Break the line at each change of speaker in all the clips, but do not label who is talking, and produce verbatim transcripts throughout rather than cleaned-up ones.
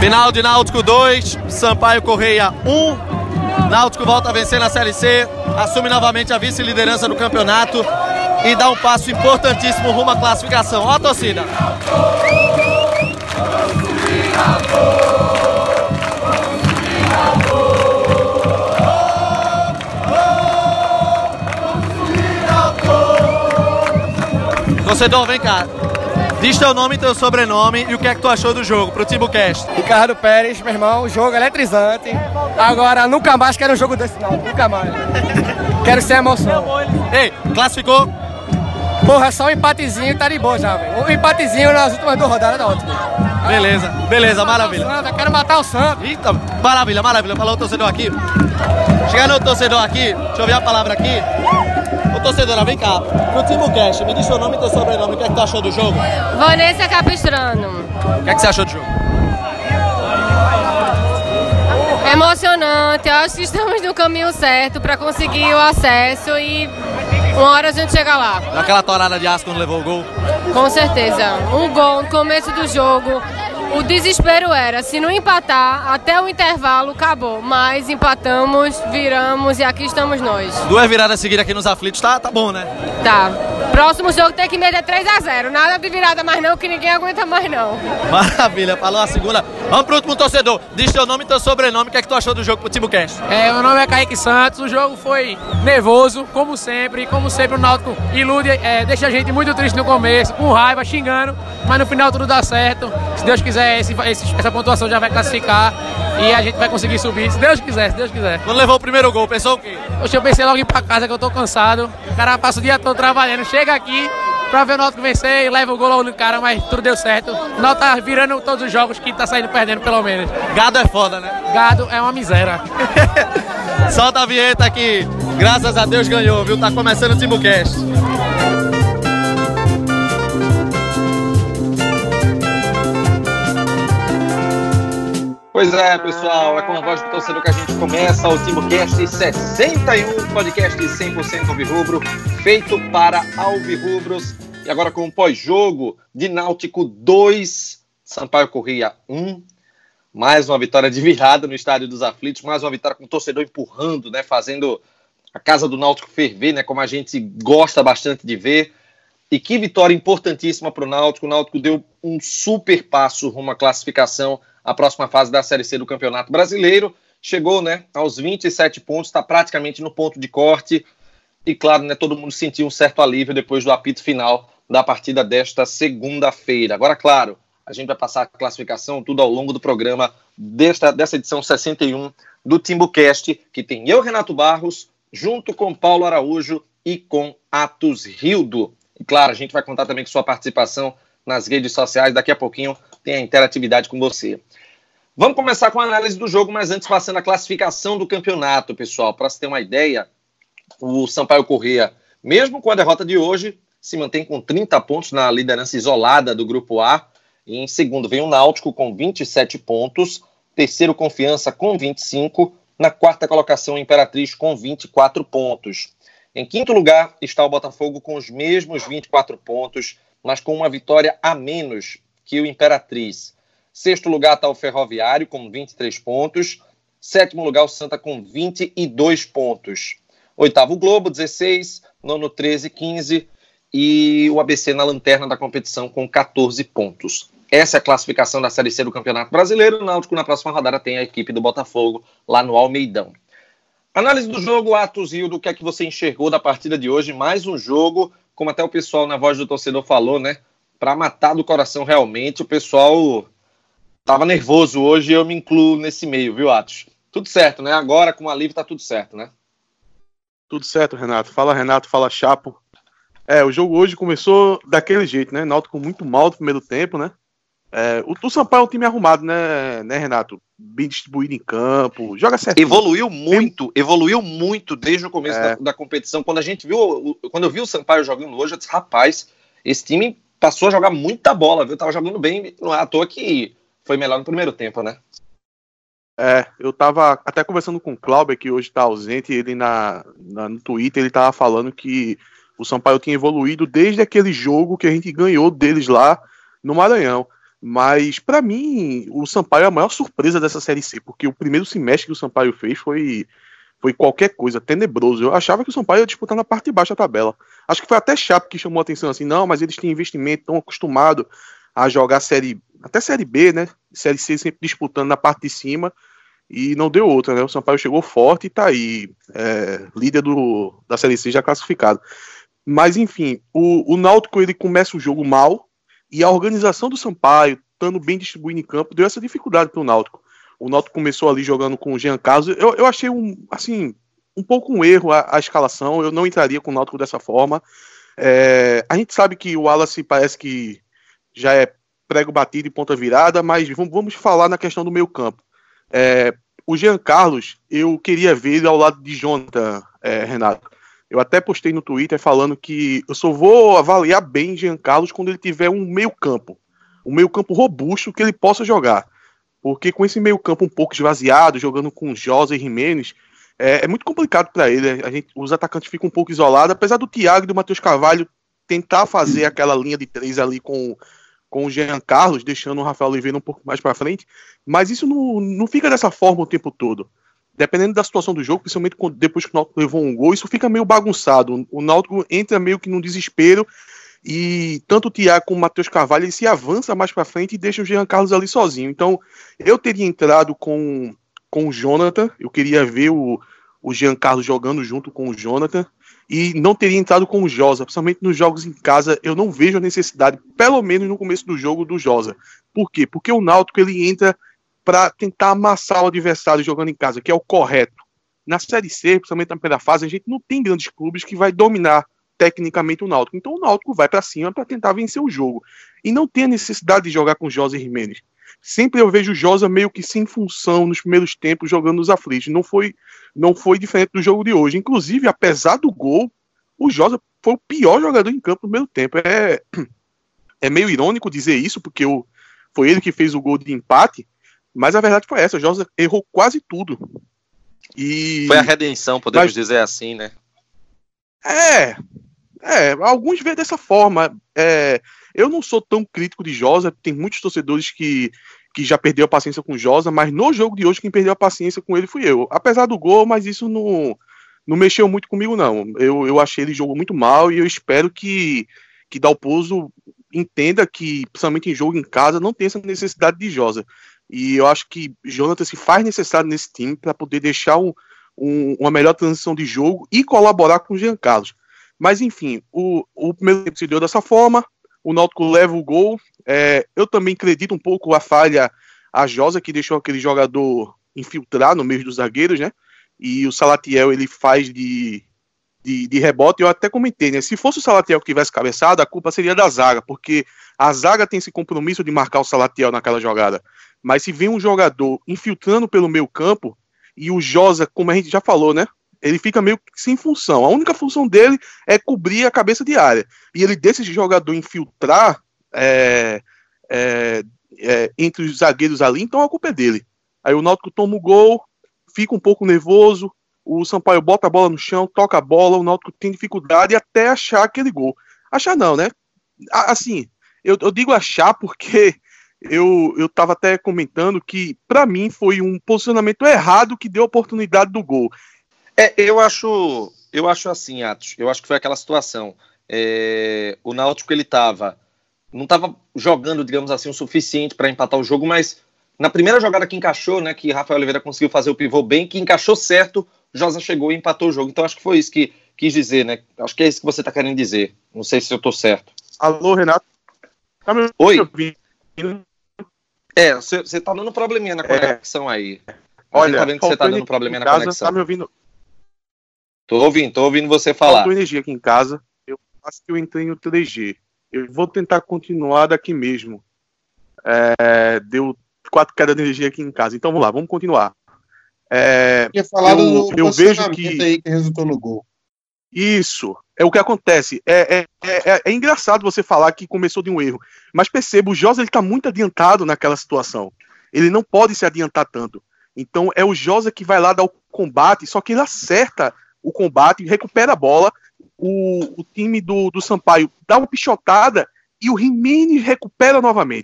Final de Náutico dois, Sampaio Correia um. Náutico volta a vencer na Série C, assume novamente a vice-liderança do campeonato e dá um passo importantíssimo rumo à classificação. Ó a torcida! Torcedor, vem cá. Diz teu nome e teu sobrenome e o que é que tu achou do jogo pro Timbucast.
Ricardo Pérez, meu irmão, jogo eletrizante. Agora, nunca mais quero um jogo desse não, nunca mais. Quero ser emoção.
Ei, classificou?
Porra, só um empatezinho tá de boa já, velho. Um empatezinho nas últimas duas rodadas tá ótimo.
Beleza, beleza, maravilha.
Santa, quero matar o Santos.
Eita, maravilha, maravilha. Falou o torcedor aqui. Chegando o torcedor aqui, deixa eu ouvir a palavra aqui. Ô torcedora, vem cá. Pro Timbucast, me diz seu nome e teu sobrenome. O que é que tu achou do jogo?
Vanessa Capistrano.
O que é que você achou do jogo?
Emocionante. Eu acho que estamos no caminho certo para conseguir o acesso e uma hora a gente chega lá.
Naquela torada de aço quando levou o gol?
Com certeza. Um gol no começo do jogo. O desespero era, se não empatar, até o intervalo acabou. Mas empatamos, viramos e aqui estamos nós.
Duas viradas seguidas aqui nos aflitos, tá, tá bom, né?
Tá. Próximo jogo tem que meter três a zero. Nada de virada mais não, que ninguém aguenta mais não.
Maravilha, falou a segunda. Vamos pro último torcedor. Diz teu nome e teu sobrenome. O que é que tu achou do jogo pro Timbucast?
É, meu nome é Kaique Santos. O jogo foi nervoso, como sempre. Como sempre o Náutico ilude, é, deixa a gente muito triste no começo, com raiva, xingando. Mas no final tudo dá certo. Se Deus quiser, esse, esse, essa pontuação já vai classificar. E a gente vai conseguir subir, se Deus quiser, se Deus quiser.
Quando levou o primeiro gol, pensou o quê?
Poxa, eu pensei logo em ir pra casa que eu tô cansado. O cara passa o dia todo trabalhando, chega aqui pra ver o Náutico vencer e leva o gol logo no cara, mas tudo deu certo. O Náutico tá virando todos os jogos que tá saindo perdendo, pelo menos.
Gado é foda, né?
Gado é uma miséria.
Solta a vinheta aqui. Graças a Deus ganhou, viu? Tá começando o Timbucast. Pois é, pessoal, é com a voz do torcedor que a gente começa o Timbucast sessenta e um, podcast cem por cento alvirrubro, feito para alvirrubros. E agora com o pós-jogo de Náutico dois, Sampaio Correia um. Mais uma vitória de virada no Estádio dos Aflitos, mais uma vitória com o torcedor empurrando, né, fazendo a casa do Náutico ferver, né, como a gente gosta bastante de ver. E que vitória importantíssima para o Náutico. O Náutico deu um super passo rumo à classificação à próxima fase da Série C do Campeonato Brasileiro. Chegou, né, aos vinte e sete pontos, está praticamente no ponto de corte. E claro, né, todo mundo sentiu um certo alívio depois do apito final da partida desta segunda-feira. Agora, claro, a gente vai passar a classificação tudo ao longo do programa desta, dessa edição sessenta e um do Timbucast, que tem eu, Renato Barros, junto com Paulo Araújo e com Atos Rildo. E claro, a gente vai contar também com sua participação nas redes sociais. Daqui a pouquinho tem a interatividade com você. Vamos começar com a análise do jogo, mas antes passando a classificação do campeonato, pessoal. Para você ter uma ideia, o Sampaio Correia, mesmo com a derrota de hoje, se mantém com trinta pontos na liderança isolada do Grupo A. E em segundo vem o Náutico com vinte e sete pontos. Terceiro, Confiança com vinte e cinco. Na quarta colocação, Imperatriz com vinte e quatro pontos. Em quinto lugar está o Botafogo com os mesmos vinte e quatro pontos, mas com uma vitória a menos que o Imperatriz. Sexto lugar está o Ferroviário com vinte e três pontos. Sétimo lugar o Santa com vinte e dois pontos. Oitavo o Globo, dezesseis. Nono, treze, quinze. E o A B C na lanterna da competição com catorze pontos. Essa é a classificação da Série C do Campeonato Brasileiro. O Náutico na próxima rodada tem a equipe do Botafogo lá no Almeidão. Análise do jogo, Atos Rildo, o que é que você enxergou da partida de hoje? Mais um jogo, como até o pessoal na voz do torcedor falou, né? Para matar do coração realmente. O pessoal estava nervoso hoje e eu me incluo nesse meio, viu, Atos? Tudo certo, né? Agora com o alívio tá tudo certo, né?
Tudo certo, Renato. Fala, Renato. Fala, Chapo. É, o jogo hoje começou daquele jeito, né? Náutico muito mal no primeiro tempo, né? É, o, o Sampaio é um time arrumado, né, né, Renato? Bem distribuído em campo, joga certo.
Evoluiu muito, evoluiu muito desde o começo é. da, da competição. Quando a gente viu, quando eu vi o Sampaio jogando hoje, eu disse, rapaz, esse time passou a jogar muita bola, viu? Tava jogando bem, não é à toa que foi melhor no primeiro tempo, né?
É, eu tava até conversando com o Cláudio, que hoje tá ausente, ele na, na, no Twitter, ele tava falando que o Sampaio tinha evoluído desde aquele jogo que a gente ganhou deles lá no Maranhão. Mas, para mim, o Sampaio é a maior surpresa dessa Série C, porque o primeiro semestre que o Sampaio fez foi, foi qualquer coisa, tenebroso. Eu achava que o Sampaio ia disputar na parte de baixo da tabela. Acho que foi até Chape que chamou a atenção assim, não, mas eles têm investimento, estão acostumados a jogar série, até Série B, né? Série C sempre disputando na parte de cima, e não deu outra, né? O Sampaio chegou forte e tá aí, é, líder do, da Série C já classificado. Mas, enfim, o, o Náutico ele começa o jogo mal, e a organização do Sampaio, estando bem distribuído em campo, deu essa dificuldade para o Náutico. O Náutico começou ali jogando com o Jean Carlos. Eu, eu achei um, assim, um pouco um erro a, a escalação. Eu não entraria com o Náutico dessa forma. É, a gente sabe que o Wallace parece que já é prego batido e ponta virada, mas vamos, vamos falar na questão do meio campo. É, o Jean Carlos, eu queria ver ele ao lado de Jonathan, é, Renato. Eu até postei no Twitter falando que eu só vou avaliar bem Jean Carlos quando ele tiver um meio campo. Um meio campo robusto que ele possa jogar. Porque com esse meio campo um pouco esvaziado, jogando com Josa e Jimenez, é, é muito complicado para ele. A gente, os atacantes ficam um pouco isolados, apesar do Thiago e do Matheus Carvalho tentar fazer aquela linha de três ali com, com o Jean Carlos, deixando o Rafael Oliveira um pouco mais para frente. Mas isso não, não fica dessa forma o tempo todo. Dependendo da situação do jogo, principalmente depois que o Náutico levou um gol, isso fica meio bagunçado. O Náutico entra meio que num desespero e tanto o Thiago como o Matheus Carvalho ele se avança mais para frente e deixa o Jean Carlos ali sozinho. Então, eu teria entrado com, com o Jonathan, eu queria ver o, o Jean Carlos jogando junto com o Jonathan e não teria entrado com o Josa, principalmente nos jogos em casa. Eu não vejo a necessidade, pelo menos no começo do jogo, do Josa. Por quê? Porque o Náutico ele entra para tentar amassar o adversário jogando em casa, que é o correto. Na Série C, principalmente na primeira fase, a gente não tem grandes clubes que vai dominar tecnicamente o Náutico. Então o Náutico vai para cima para tentar vencer o jogo. E não tem a necessidade de jogar com Josa e Jimenez. Sempre eu vejo o Josa meio que sem função nos primeiros tempos jogando nos aflitos. Não foi, não foi diferente do jogo de hoje. Inclusive, apesar do gol, o Josa foi o pior jogador em campo no primeiro tempo. É, é meio irônico dizer isso, porque o, foi ele que fez o gol de empate. Mas a verdade foi essa, o Josa errou quase tudo. E...
Foi a redenção, podemos
Mas...
dizer assim, né?
É, é, alguns veem dessa forma. É, eu não sou tão crítico de Josa, tem muitos torcedores que, que já perdeu a paciência com Josa, mas no jogo de hoje quem perdeu a paciência com ele fui eu. Apesar do gol, mas isso não, não mexeu muito comigo, não. Eu, eu achei ele jogou muito mal e eu espero que, que Dalpozo entenda que, principalmente em jogo em casa, não tem essa necessidade de Josa. E eu acho que Jonathan se faz necessário nesse time para poder deixar um, um, uma melhor transição de jogo e colaborar com o Jean Carlos. Mas enfim, o, o primeiro tempo se deu dessa forma, o Náutico leva o gol. É, eu também acredito um pouco a falha a Josa, que deixou aquele jogador infiltrar no meio dos zagueiros, né? E o Salatiel ele faz de, de, de rebote. Eu até comentei, né? Se fosse o Salatiel que tivesse cabeçado, a culpa seria da zaga, porque a zaga tem esse compromisso de marcar o Salatiel naquela jogada. Mas se vem um jogador infiltrando pelo meio campo, e o Josa, como a gente já falou, né? Ele fica meio que sem função. A única função dele é cobrir a cabeça de área. E ele deixa esse jogador infiltrar é, é, é, entre os zagueiros ali, então a culpa é dele. Aí o Náutico toma o gol, fica um pouco nervoso, o Sampaio bota a bola no chão, toca a bola, o Náutico tem dificuldade até achar aquele gol. Achar não, né? Assim, eu, eu digo achar porque... Eu, eu tava até comentando que, para mim, foi um posicionamento errado que deu a oportunidade do gol.
É, eu acho, eu acho assim, Atos, eu acho que foi aquela situação. É, o Náutico, ele tava, não tava jogando, digamos assim, o suficiente para empatar o jogo, mas na primeira jogada que encaixou, né, que Rafael Oliveira conseguiu fazer o pivô bem, que encaixou certo, Josa chegou e empatou o jogo. Então acho que foi isso que quis dizer, né? Acho que é isso que você tá querendo dizer. Não sei se eu tô certo.
Alô, Renato? Tá me
Oi.
ouvindo?
É, você tá dando probleminha na conexão é. aí. A
Olha,
tá vendo que você tá dando probleminha na
casa,
conexão.
Tá me ouvindo?
Tô ouvindo, tô ouvindo você falar.
Faltou energia aqui em casa. Eu acho que eu entrei no três G. Eu vou tentar continuar daqui mesmo. É, deu quatro quedas de energia aqui em casa. Então vamos lá, vamos continuar. É,
eu do
eu vejo que...
aí que resultou no gol.
Isso, é o que acontece. É, é, é, é engraçado você falar que começou de um erro, mas perceba, o Josa ele tá muito adiantado naquela situação. Ele não pode se adiantar tanto. Então é o Josa que vai lá dar o combate, só que ele acerta o combate, recupera a bola, o, o time do, do Sampaio dá uma pichotada e o Jimenez recupera novamente.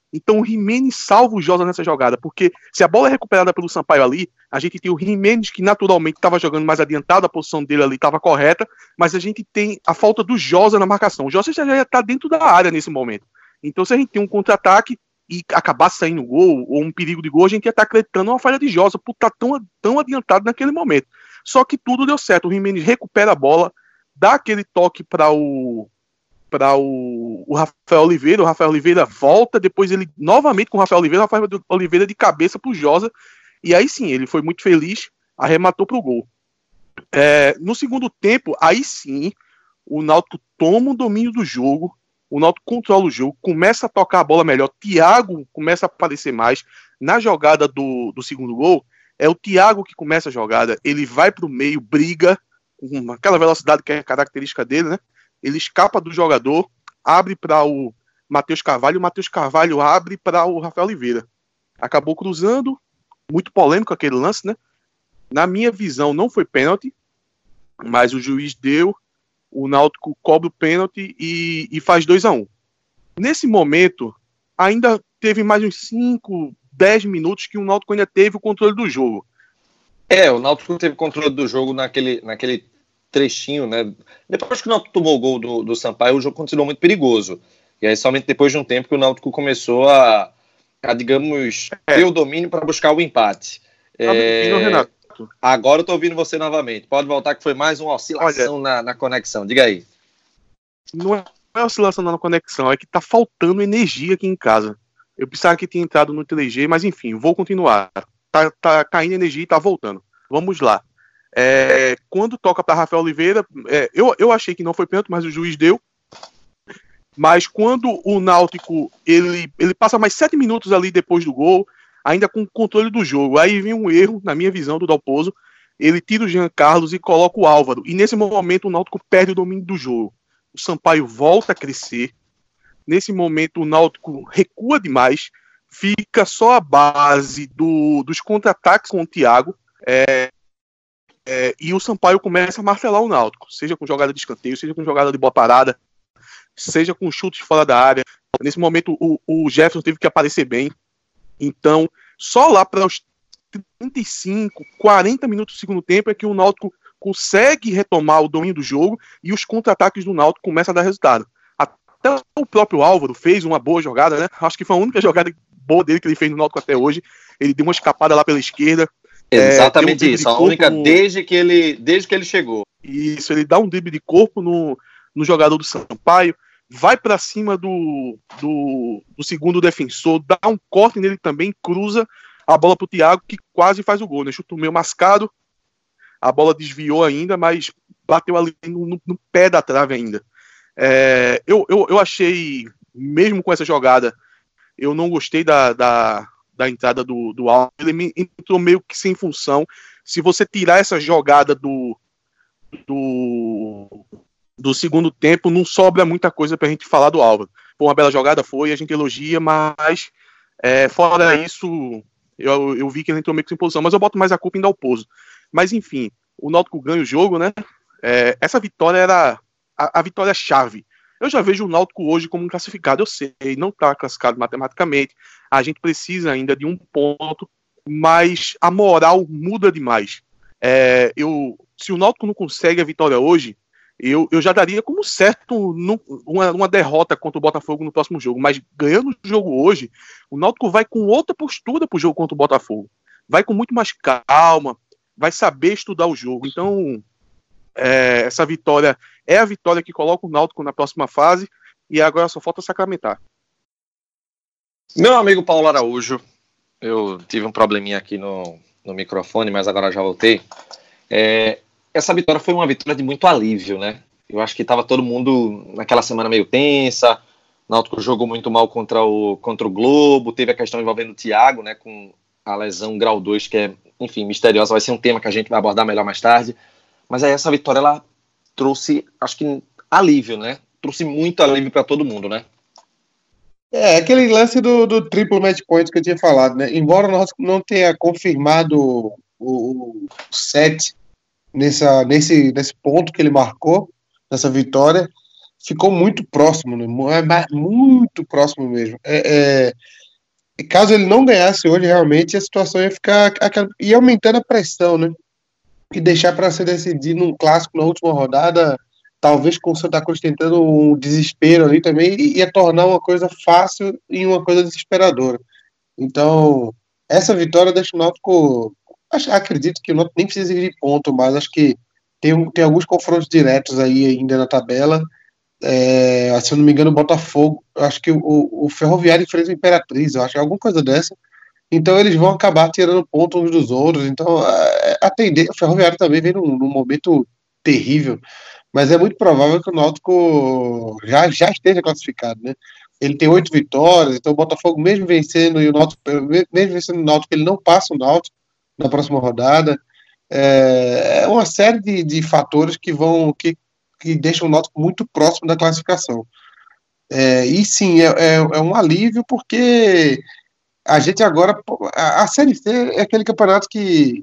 Então o Gimenez salva o Josa nessa jogada, porque se a bola é recuperada pelo Sampaio ali, a gente tem o Gimenez que naturalmente estava jogando mais adiantado, a posição dele ali estava correta, mas a gente tem a falta do Josa na marcação. O Josa já está dentro da área nesse momento. Então se a gente tem um contra-ataque e acabar saindo gol, ou um perigo de gol, a gente ia estar acreditando uma falha de Josa por estar tão, tão adiantado naquele momento. Só que tudo deu certo, o Gimenez recupera a bola, dá aquele toque para o para o, o Rafael Oliveira, o Rafael Oliveira volta, depois ele novamente com o Rafael Oliveira, o Rafael Oliveira de cabeça pro Josa, e aí sim, ele foi muito feliz, arrematou pro gol. É, no segundo tempo, aí sim, o Náutico toma o domínio do jogo, o Náutico controla o jogo, começa a tocar a bola melhor, Thiago começa a aparecer mais, na jogada do, do segundo gol, é o Thiago que começa a jogada, ele vai pro meio, briga, com aquela velocidade que é característica dele, né? Ele escapa do jogador, abre para o Matheus Carvalho, o Matheus Carvalho abre para o Rafael Oliveira. Acabou cruzando, muito polêmico aquele lance, né? Na minha visão não foi pênalti, mas o juiz deu, o Náutico cobra o pênalti e, e faz dois a um. Nesse momento, ainda teve mais uns cinco, dez minutos que o Náutico ainda teve o controle do jogo.
É, o Náutico teve controle do jogo naquele... naquele... trechinho, né? Depois que o Náutico tomou o gol do, do Sampaio, o jogo continuou muito perigoso. E aí, somente depois de um tempo que o Náutico começou a, a digamos, é. ter o domínio para buscar o empate.
Tá é... ouvindo, Renato?
Agora eu tô ouvindo você novamente. Pode voltar que foi mais uma oscilação Olha, na, na conexão. Diga aí.
Não é, não é oscilação na conexão, é que tá faltando energia aqui em casa. Eu pensava que tinha entrado no três G, mas enfim, vou continuar. Tá, tá caindo energia e tá voltando. Vamos lá. É, quando toca para Rafael Oliveira, é, eu, eu achei que não foi pênalti, mas o juiz deu. Mas quando o Náutico ele, ele passa mais sete minutos ali depois do gol, ainda com controle do jogo, aí vem um erro, na minha visão, do Dalpozo. Ele tira o Jean Carlos e coloca o Álvaro, e nesse momento o Náutico perde o domínio do jogo. O Sampaio volta a crescer. Nesse momento o Náutico recua demais, fica só a base do, dos contra-ataques com o Thiago. É, É, e o Sampaio começa a martelar o Náutico, seja com jogada de escanteio, seja com jogada de boa parada, seja com chutes fora da área. Nesse momento o, o Jefferson teve que aparecer bem. Então, só lá para os trinta e cinco, quarenta minutos do segundo tempo é que o Náutico consegue retomar o domínio do jogo e os contra-ataques do Náutico começam a dar resultado. Até o próprio Álvaro fez uma boa jogada, né? Acho que foi a única jogada boa dele que ele fez no Náutico até hoje. Ele deu uma escapada lá pela esquerda.
Exatamente
é, um
isso, a única no... desde, que ele, desde que ele chegou.
Isso, ele dá um drible de corpo no, no jogador do Sampaio, vai para cima do, do, do segundo defensor, dá um corte nele também, cruza a bola pro Thiago, que quase faz o gol, né? Chutou meio mascado, a bola desviou ainda, mas bateu ali no, no, no pé da trave ainda. É, eu, eu, eu achei, mesmo com essa jogada, eu não gostei da... da da entrada do, do Álvaro, ele entrou meio que sem função. Se você tirar essa jogada do, do, do segundo tempo, não sobra muita coisa pra gente falar do Álvaro. Foi uma bela jogada, foi, a gente elogia, mas é, fora isso, eu, eu vi que ele entrou meio que sem posição, mas eu boto mais a culpa em Dalpozo. Mas enfim, o Náutico ganha o jogo, né? É, essa vitória era a, a vitória-chave. Eu já vejo o Náutico hoje como um classificado, eu sei, não está classificado matematicamente, a gente precisa ainda de um ponto, mas a moral muda demais. É, eu, se o Náutico não consegue a vitória hoje, eu, eu já daria como certo no, uma, uma derrota contra o Botafogo no próximo jogo, mas ganhando o jogo hoje, o Náutico vai com outra postura para o jogo contra o Botafogo, vai com muito mais calma, vai saber estudar o jogo, então... É, essa vitória é a vitória que coloca o Náutico na próxima fase e agora só falta sacramentar.
Meu amigo Paulo Araújo, eu tive um probleminha aqui no, no microfone, mas agora já voltei. É, essa vitória foi uma vitória de muito alívio, né? Eu acho que estava todo mundo naquela semana meio tensa, o Náutico jogou muito mal contra o, contra o Globo, teve a questão envolvendo o Thiago, né, com a lesão grau dois, que é, enfim, misteriosa, vai ser um tema que a gente vai abordar melhor mais tarde. Mas aí essa vitória, ela trouxe, acho que, alívio, né? Trouxe muito alívio para todo mundo, né?
É, aquele lance do, do triplo match point que eu tinha falado, né? Embora nós não tenha confirmado o, o set nessa, nesse, nesse ponto que ele marcou, nessa vitória, ficou muito próximo, né? Muito próximo mesmo. É, é, caso ele não ganhasse hoje, realmente a situação ia ficar, ia aumentando a pressão, né? E deixar para ser decidido num clássico na última rodada, talvez com o Santa Cruz tentando um desespero ali também, ia tornar uma coisa fácil e uma coisa desesperadora. Então, essa vitória deixa o Náutico, acredito que o Náutico nem precisa de ponto, mas acho que tem, tem alguns confrontos diretos aí ainda na tabela. É, se eu não me engano, o Botafogo, acho que o, o Ferroviário enfrenta o Imperatriz, eu acho, alguma coisa dessa. Então eles vão acabar tirando pontos uns dos outros. Então a, a tendência, o Ferroviário também vem num, num momento terrível, mas é muito provável que o Náutico já, já esteja classificado, né? Ele tem oito vitórias, então o Botafogo, mesmo vencendo e o Náutico, mesmo vencendo o Náutico, ele não passa o Náutico na próxima rodada. É, é uma série de, de fatores que vão que que deixa o Náutico muito próximo da classificação. É, e sim, é, é, é um alívio, porque a gente agora, a, a Série C é aquele campeonato que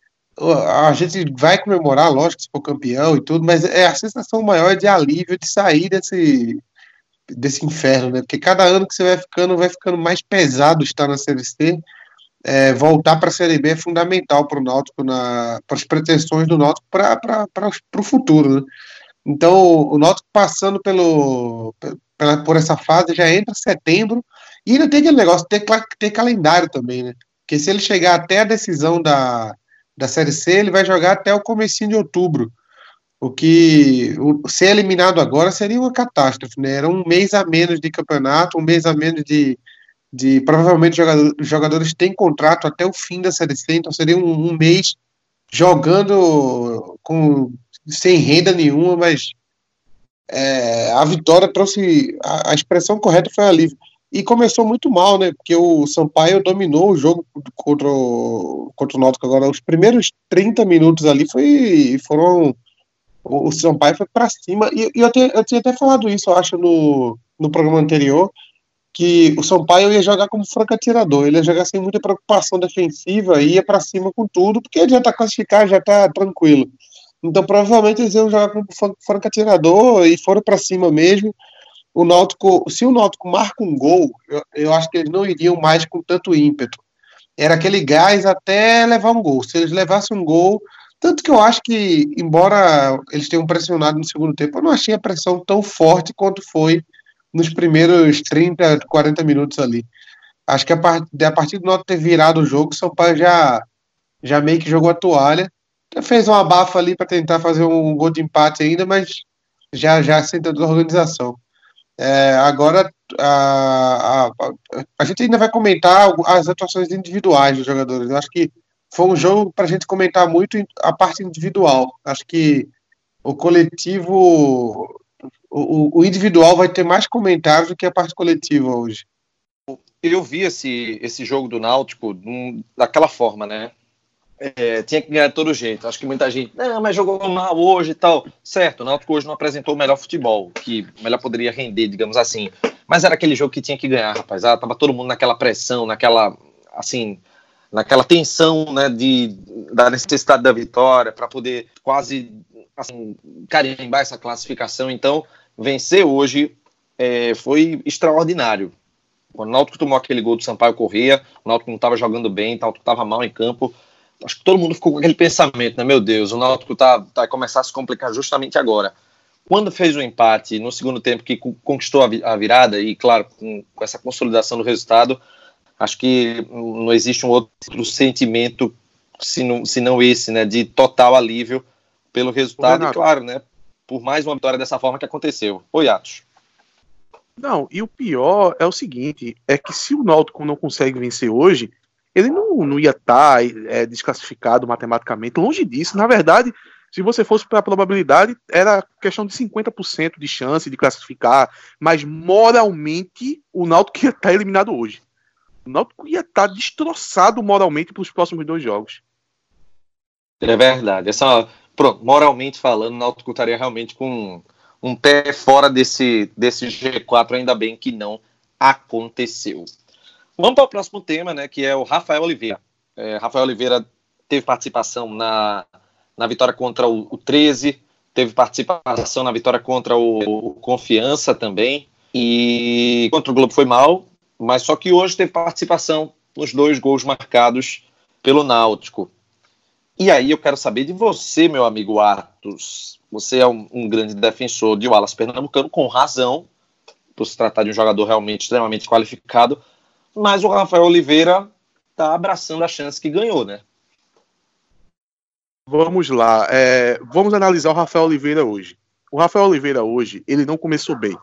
a gente vai comemorar, lógico, se for campeão e tudo, mas é a sensação maior de alívio, de sair desse, desse inferno, né? Porque cada ano que você vai ficando, vai ficando mais pesado estar na Série C. É, voltar para a Série B é fundamental para o Náutico, para as pretensões do Náutico para o futuro, né? Então, o Náutico passando pelo, pela, por essa fase, já entra setembro, e ainda tem aquele negócio, ter, ter calendário também, né? Porque se ele chegar até a decisão da, da Série C, ele vai jogar até o comecinho de outubro, o que, o, ser eliminado agora seria uma catástrofe, né? Era um mês a menos de campeonato, um mês a menos de, de provavelmente jogador, os jogadores têm contrato até o fim da Série C, então seria um, um mês jogando com... sem renda nenhuma, mas é, a vitória trouxe, a, a expressão correta foi alívio, e começou muito mal, né, porque o Sampaio dominou o jogo contra o, contra o Náutico. Agora, os primeiros trinta minutos ali foi, foram, o, o Sampaio foi pra cima, e, e eu, te, eu tinha até falado isso, eu acho, no, no programa anterior, que o Sampaio ia jogar como franco atirador, ele ia jogar sem muita preocupação defensiva, ia pra cima com tudo, porque ele já tá classificado, já tá tranquilo. Então, provavelmente, eles iam jogar como franco atirador e foram para cima mesmo. O Náutico, se o Náutico marca um gol, eu, eu acho que eles não iriam mais com tanto ímpeto. Era aquele gás até levar um gol. Se eles levassem um gol, tanto que eu acho que, embora eles tenham pressionado no segundo tempo, eu não achei a pressão tão forte quanto foi nos primeiros trinta, quarenta minutos ali. Acho que a, part, a partir do Náutico ter virado o jogo, o Sampaio já, já meio que jogou a toalha. Fez uma abafa ali para tentar fazer um gol de empate ainda, mas já já senta da organização. É, agora a, a, a gente ainda vai comentar as atuações individuais dos jogadores. Eu acho que foi um jogo para a gente comentar muito a parte individual. Acho que o coletivo, o, o individual vai ter mais comentários do que a parte coletiva hoje.
Eu vi esse, esse jogo do Náutico um, daquela forma, né? É, tinha que ganhar de todo jeito. Acho que muita gente, não, mas jogou mal hoje e tal. Certo, o Náutico hoje não apresentou o melhor futebol, que melhor poderia render, digamos assim. Mas era aquele jogo que tinha que ganhar, rapaz. Ah, tava todo mundo naquela pressão, naquela, assim, naquela tensão, né, de, da necessidade da vitória, para poder quase, assim, carimbar essa classificação. Então, vencer hoje é, foi extraordinário. Quando o Náutico tomou aquele gol do Sampaio Corrêa, o Náutico não estava jogando bem, o Náutico estava mal em campo. Acho que todo mundo ficou com aquele pensamento, né? Meu Deus, o Náutico tá, tá começar a se complicar justamente agora. Quando fez o empate no segundo tempo, que conquistou a virada, e claro, com, com essa consolidação do resultado, acho que não existe um outro sentimento, se não, se não esse, né? De total alívio pelo resultado, e claro, né? Por mais uma vitória dessa forma que aconteceu. Oi, Atos.
Não, e o pior é o seguinte, é que se o Náutico não consegue vencer hoje, ele não, não ia estar é, desclassificado matematicamente, longe disso. Na verdade, se você fosse para a probabilidade, era questão de cinquenta por cento de chance de classificar, mas moralmente o Náutico ia estar eliminado hoje. O Náutico ia estar destroçado moralmente para os próximos dois jogos.
É verdade. Essa, pronto, moralmente falando, o Náutico estaria realmente com um pé fora desse, desse G quatro, ainda bem que não aconteceu. Vamos para o próximo tema, né, que é o Rafael Oliveira. É, Rafael Oliveira teve participação na, na vitória contra o, o treze, teve participação na vitória contra o, o Confiança também, e contra o Globo foi mal, mas só que hoje teve participação nos dois gols marcados pelo Náutico. E aí eu quero saber de você, meu amigo Atos. Você é um, um grande defensor de Wallace Pernambucano, com razão, por se tratar de um jogador realmente extremamente qualificado, mas o Rafael Oliveira está abraçando a chance que ganhou, né?
Vamos lá, é, vamos analisar o Rafael Oliveira hoje. O Rafael Oliveira hoje, ele não começou bem.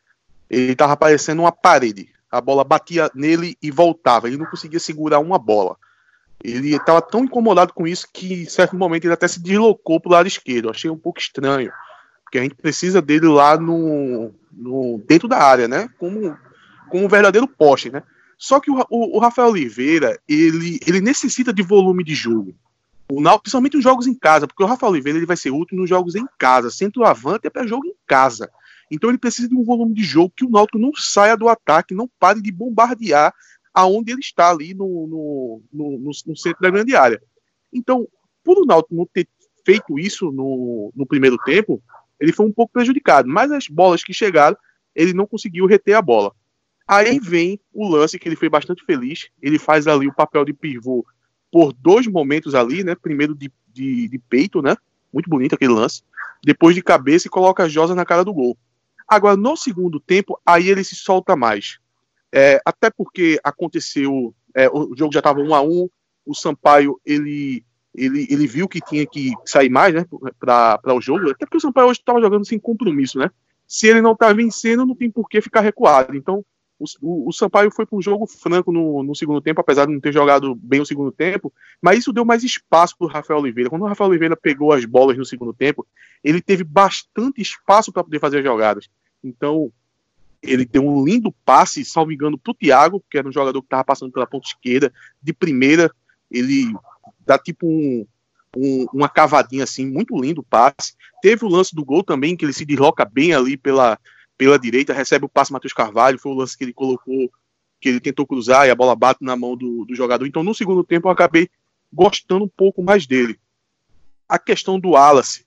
Ele estava parecendo uma parede. A bola batia nele e voltava. Ele não conseguia segurar uma bola. Ele estava tão incomodado com isso que, em certo momento, ele até se deslocou para o lado esquerdo. Eu achei um pouco estranho, porque a gente precisa dele lá no, no dentro da área, né? Como, como um verdadeiro poste, né? Só que o, o, o Rafael Oliveira, ele, ele necessita de volume de jogo. O Náutico, principalmente nos jogos em casa, porque o Rafael Oliveira ele vai ser útil nos jogos em casa. Centroavante é para jogo em casa. Então ele precisa de um volume de jogo que o Náutico não saia do ataque, não pare de bombardear aonde ele está ali no, no, no, no, no centro da grande área. Então, por o Náutico não ter feito isso no, no primeiro tempo, ele foi um pouco prejudicado. Mas as bolas que chegaram, ele não conseguiu reter a bola. Aí vem o lance que ele foi bastante feliz. Ele faz ali o papel de pivô por dois momentos ali, né? Primeiro de, de, de peito, né? Muito bonito aquele lance. Depois de cabeça e coloca a Josa na cara do gol. Agora, no segundo tempo, aí ele se solta mais. É, até porque aconteceu... É, o jogo já estava um a um. O Sampaio, ele, ele, ele viu que tinha que sair mais, né? Para o jogo. Até porque o Sampaio hoje estava jogando sem compromisso, né? Se ele não está vencendo, não tem por que ficar recuado. Então, O, o, o Sampaio foi para um jogo franco no, no segundo tempo, apesar de não ter jogado bem o segundo tempo, mas isso deu mais espaço para o Rafael Oliveira. Quando o Rafael Oliveira pegou as bolas no segundo tempo, ele teve bastante espaço para poder fazer as jogadas. Então, ele deu um lindo passe, salvo engano, para o Thiago, que era um jogador que estava passando pela ponta esquerda, de primeira, ele dá tipo um, um, uma cavadinha assim, muito lindo o passe. Teve o lance do gol também, que ele se desloca bem ali pela... pela direita, recebe o passe Matheus Carvalho, foi o lance que ele colocou, que ele tentou cruzar e a bola bate na mão do, do jogador. Então, no segundo tempo, eu acabei gostando um pouco mais dele. A questão do Wallace,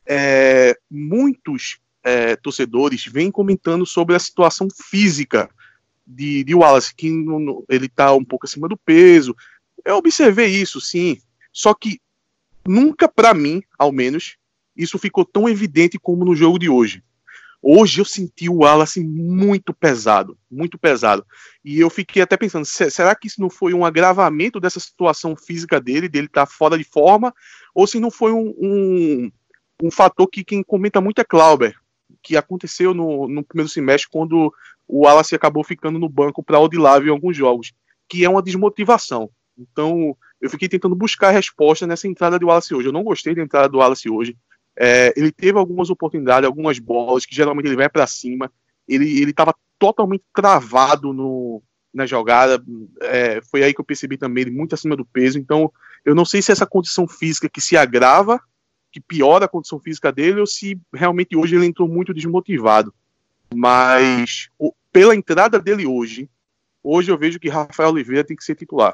é, muitos é, torcedores vêm comentando sobre a situação física de, de Wallace, que no, ele está um pouco acima do peso. Eu observei isso, sim, só que nunca, para mim, ao menos, isso ficou tão evidente como no jogo de hoje. Hoje eu senti o Wallace muito pesado, muito pesado. E eu fiquei até pensando, será que isso não foi um agravamento dessa situação física dele, dele estar fora de forma, ou se não foi um, um, um fator que quem comenta muito é Clauber, que aconteceu no, no primeiro semestre, quando o Wallace acabou ficando no banco para Odilávio em alguns jogos, que é uma desmotivação. Então, eu fiquei tentando buscar resposta nessa entrada do Wallace hoje. Eu não gostei da entrada do Wallace hoje. É, ele teve algumas oportunidades, algumas bolas, que geralmente ele vai para cima. Ele estava totalmente travado no, na jogada. É, foi aí que eu percebi também ele muito acima do peso. Então, eu não sei se essa condição física que se agrava, que piora a condição física dele, ou se realmente hoje ele entrou muito desmotivado. Mas, o, pela entrada dele hoje, hoje eu vejo que Rafael Oliveira tem que ser titular.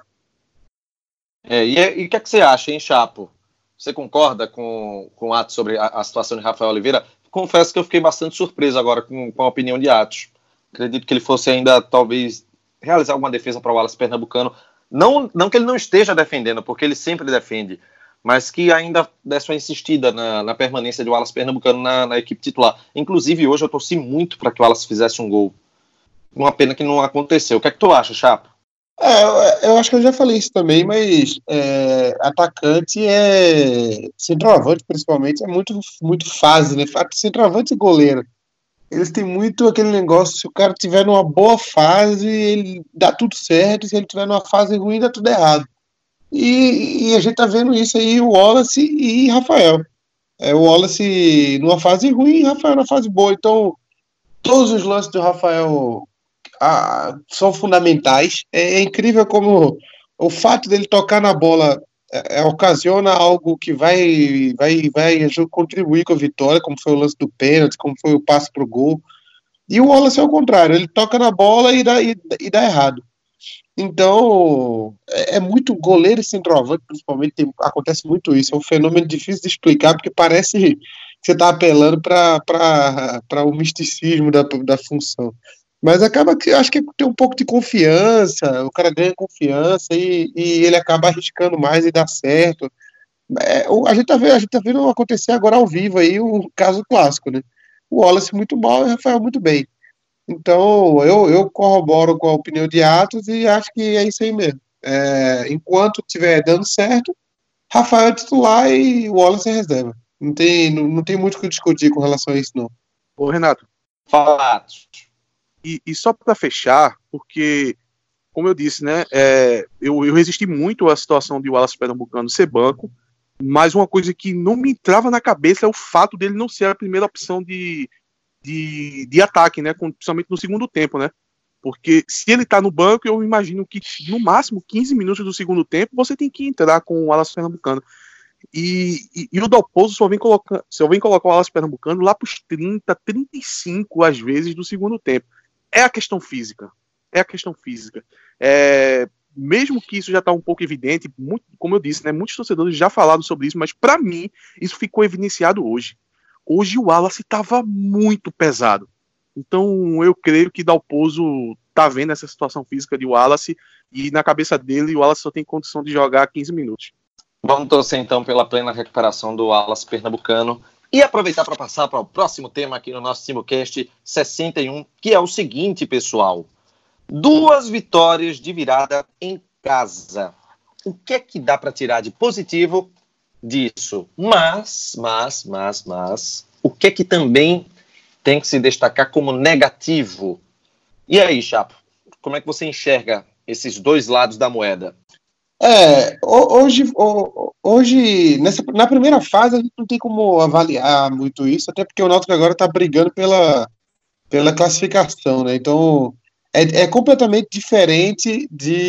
É, e o que é que você acha, hein, Chapo? Você concorda com, com o Atos sobre a, a situação de Rafael Oliveira? Confesso que eu fiquei bastante surpreso agora com, com a opinião de Atos. Acredito que ele fosse ainda, talvez, realizar alguma defesa para o Wallace Pernambucano. Não, não que ele não esteja defendendo, porque ele sempre defende, mas que ainda desse uma insistida na, na permanência de Wallace Pernambucano na, na equipe titular. Inclusive, hoje eu torci muito para que o Wallace fizesse um gol. Uma pena que não aconteceu. O que é que tu acha, Chapo?
É, eu acho que eu já falei isso também, mas é, atacante é centroavante, principalmente, é muito, muito fase, né? Centroavante e goleiro, eles têm muito aquele negócio, se o cara tiver numa boa fase, ele dá tudo certo, se ele tiver numa fase ruim, dá tudo errado. E, e a gente tá vendo isso aí, o Wallace e Rafael. É, o Wallace numa fase ruim e Rafael na fase boa. Então, todos os lances do Rafael Ah, são fundamentais. É, é incrível como o fato dele tocar na bola é, é, ocasiona algo que vai, vai, vai contribuir com a vitória, como foi o lance do pênalti, como foi o passe pro gol. E o Wallace é o contrário, ele toca na bola e dá, e, e dá errado. Então, é, é muito goleiro e centroavante, principalmente, tem, acontece muito isso. É um fenômeno difícil de explicar, porque parece que você está apelando para o misticismo da, da função. Mas acaba que, acho que tem um pouco de confiança, o cara ganha confiança e, e ele acaba arriscando mais e dá certo. É, o- a gente tá vendo, a gente tá vendo acontecer agora ao vivo aí o caso clássico, né? O Wallace muito mal e o Rafael muito bem. Então, eu, eu corroboro com a opinião de Atos e acho que é isso aí mesmo. É, enquanto estiver dando certo, Rafael é titular e o Wallace é reserva. Não tem, não, não tem muito o que discutir com relação a isso, não.
Ô, Renato,
Fala, Atos.
e, e só para fechar, porque, como eu disse, né, é, eu, eu resisti muito à situação de Wallace Pernambucano ser banco, mas uma coisa que não me entrava na cabeça é o fato dele não ser a primeira opção de, de, de ataque, né, com- principalmente no segundo tempo, né? Porque se ele tá no banco, eu imagino que no máximo quinze minutos do segundo tempo você tem que entrar com o Wallace Pernambucano. E, e, e o Dalpozo só vem, colocar, só vem colocar o Wallace Pernambucano lá pros trinta, trinta e cinco às vezes do segundo tempo. É a questão física. É a questão física. É, mesmo que isso já está um pouco evidente, muito, como eu disse, né, muitos torcedores já falaram sobre isso, mas para mim isso ficou evidenciado hoje. Hoje o Wallace estava muito pesado. Então eu creio que Dalpozo tá vendo essa situação física de Wallace e na cabeça dele o Wallace só tem condição de jogar quinze minutos.
Vamos torcer então pela plena recuperação do Wallace Pernambucano e aproveitar para passar para o próximo tema aqui no nosso Timocast sessenta e um, que é o seguinte, pessoal. Duas vitórias de virada em casa. O que é que dá para tirar de positivo disso? Mas, mas, mas, mas, o que é que também tem que se destacar como negativo? E aí, Chapo, como é que você enxerga esses dois lados da moeda?
É, ho- hoje, ho- hoje nessa, na primeira fase a gente não tem como avaliar muito isso, até porque o Náutico agora está brigando pela, pela classificação, né? Então é, é completamente diferente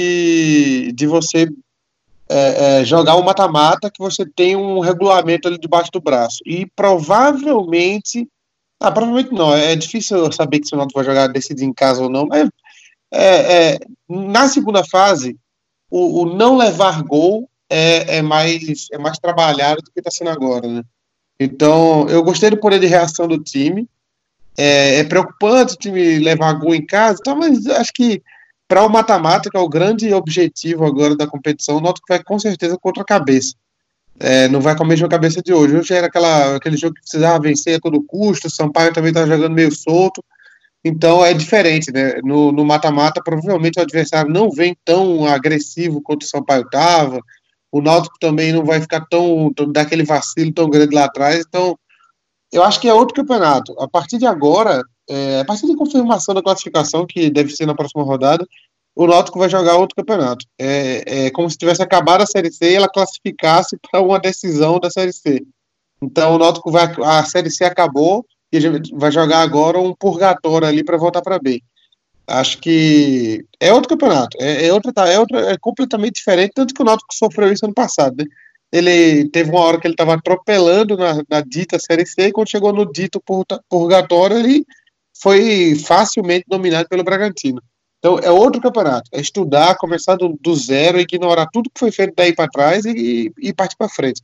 de, de você é, é, jogar um mata-mata que você tem um regulamento ali debaixo do braço. E provavelmente, ah, provavelmente não, é difícil saber que se o Náutico vai jogar decidir em casa ou não, mas é, é, na segunda fase o, o não levar gol é, é, mais, é mais trabalhado do que está sendo agora, né? Então, eu gostei do poder de reação do time. É, é preocupante o time levar gol em casa, tá, mas acho que para o mata-mata, que é o grande objetivo agora da competição, o Náutico vai com certeza contra a cabeça. É, não vai com a mesma cabeça de hoje. Hoje era aquela, aquele jogo que precisava vencer a todo custo, o Sampaio também estava jogando meio solto. Então é diferente, né? No no mata-mata, provavelmente o adversário não vem tão agressivo quanto o Sampaio estava. O Náutico também não vai ficar tão, tão daquele vacilo tão grande lá atrás. Então, eu acho que é outro campeonato. A partir de agora, é, a partir da confirmação da classificação, que deve ser na próxima rodada, o Náutico vai jogar outro campeonato. É, é como se tivesse acabado a Série C e ela classificasse para uma decisão da Série C. Então o Náutico vai, a Série C acabou e a gente vai jogar agora um purgatório ali para voltar para B. Acho que é outro campeonato, é, é, outra, é, outra, é completamente diferente, tanto que o Náutico sofreu isso ano passado, né? Ele teve uma hora que ele estava atropelando na, na dita Série C, e quando chegou no dito purga- purgatório, ele foi facilmente dominado pelo Bragantino. Então é outro campeonato, é estudar, começar do, do zero, ignorar tudo que foi feito daí para trás e, e partir para frente.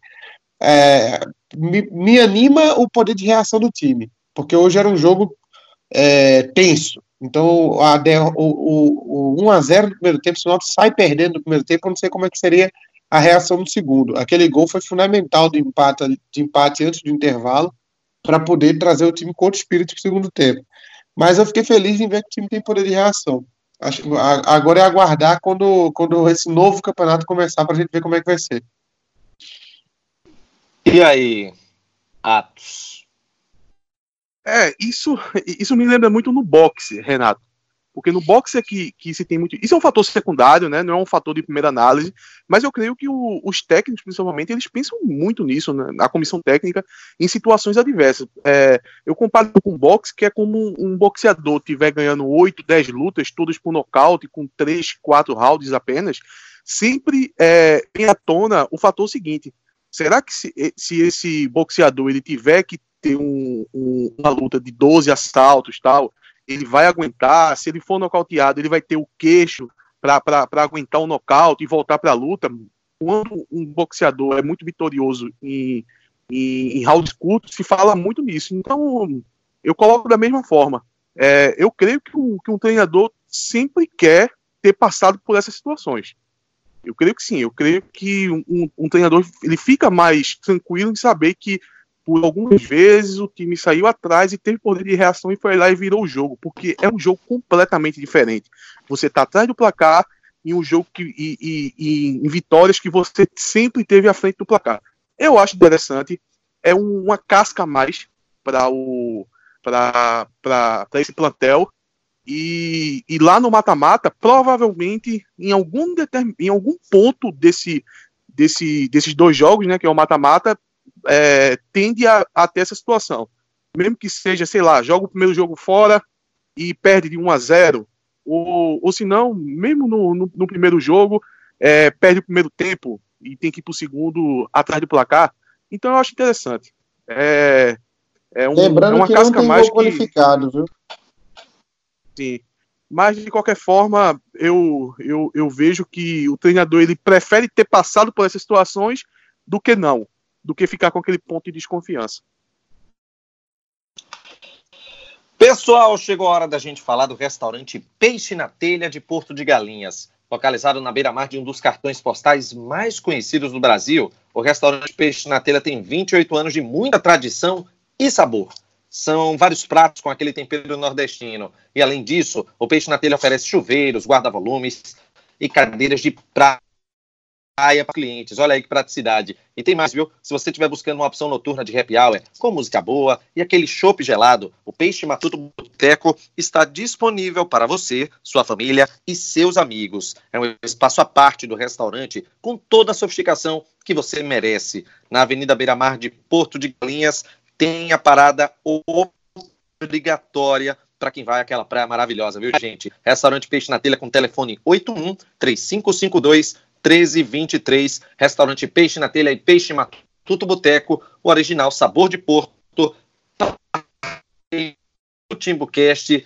É, me, me anima o poder de reação do time, porque hoje era um jogo é, tenso. Então, a, der- o, o, o um a zero no primeiro tempo, se o Náutico sai perdendo no primeiro tempo, eu não sei como é que seria a reação no segundo. Aquele gol foi fundamental de empate, de empate antes do intervalo, para poder trazer o time com outro espírito para o segundo tempo. Mas eu fiquei feliz em ver que o time tem poder de reação. Acho, a- agora é aguardar quando, quando esse novo campeonato começar, para a gente ver como é que vai ser.
E aí, Atos?
É, isso, isso me lembra muito no boxe, Renato. Porque no boxe é que, que se tem muito. Isso é um fator secundário, né? Não é um fator de primeira análise, mas eu creio que o, os técnicos, principalmente, eles pensam muito nisso, né? Na comissão técnica, em situações adversas. É, eu comparo com o boxe, que é como um, um boxeador estiver ganhando oito, dez lutas, todas por nocaute, com três, quatro rounds apenas, sempre é, vem à tona o fator seguinte: será que se, se esse boxeador ele tiver que ter um, um, uma luta de doze assaltos, tal, ele vai aguentar? Se ele for nocauteado, ele vai ter o queixo para aguentar o nocaute e voltar para a luta? Quando um boxeador é muito vitorioso em, em, em rounds curtos, se fala muito nisso. Então, eu coloco da mesma forma. É, eu creio que um, que um treinador sempre quer ter passado por essas situações. Eu creio que sim, eu creio que um, um, um treinador ele fica mais tranquilo em saber que por algumas vezes o time saiu atrás e teve poder de reação e foi lá e virou o jogo, porque é um jogo completamente diferente. Você está atrás do placar em um jogo que, e, e, e em vitórias que você sempre teve à frente do placar. Eu acho interessante, é um, uma casca a mais para o para esse plantel. E, e lá no mata-mata, provavelmente em algum, determin, em algum ponto desse, desse, desses dois jogos, né, que é o mata-mata, é, tende a, a ter essa situação. Mesmo que seja, sei lá, joga o primeiro jogo fora e perde de um a zero, ou, ou se não, mesmo no, no, no primeiro jogo, é, perde o primeiro tempo e tem que ir para o segundo atrás do placar. Então eu acho interessante. É, é, um,
Lembrando
é uma
que
casca
não tem
mais
gol qualificado, viu?
Sim. Mas, de qualquer forma, eu, eu, eu vejo que o treinador ele prefere ter passado por essas situações do que não, do que ficar com aquele ponto de desconfiança.
Pessoal, chegou a hora da gente falar do restaurante Peixe na Telha de Porto de Galinhas. Localizado na beira-mar de um dos cartões postais mais conhecidos do Brasil, o restaurante Peixe na Telha tem vinte e oito anos de muita tradição e sabor. São vários pratos com aquele tempero nordestino. E, além disso, o Peixe na Telha oferece chuveiros, guarda-volumes e cadeiras de praia para clientes. Olha aí que praticidade. E tem mais, viu? Se você estiver buscando uma opção noturna de happy hour, com música boa e aquele chopp gelado, o Peixe Matuto Boteco está disponível para você, sua família e seus amigos. É um espaço à parte do restaurante, com toda a sofisticação que você merece. Na Avenida Beira-Mar de Porto de Galinhas, tem a parada obrigatória para quem vai àquela praia maravilhosa, viu, gente? Restaurante Peixe na Telha com telefone oito um três cinco cinco dois um três dois três. Restaurante Peixe na Telha e Peixe Matuto Boteco, o original sabor de Porto. O TimbuCast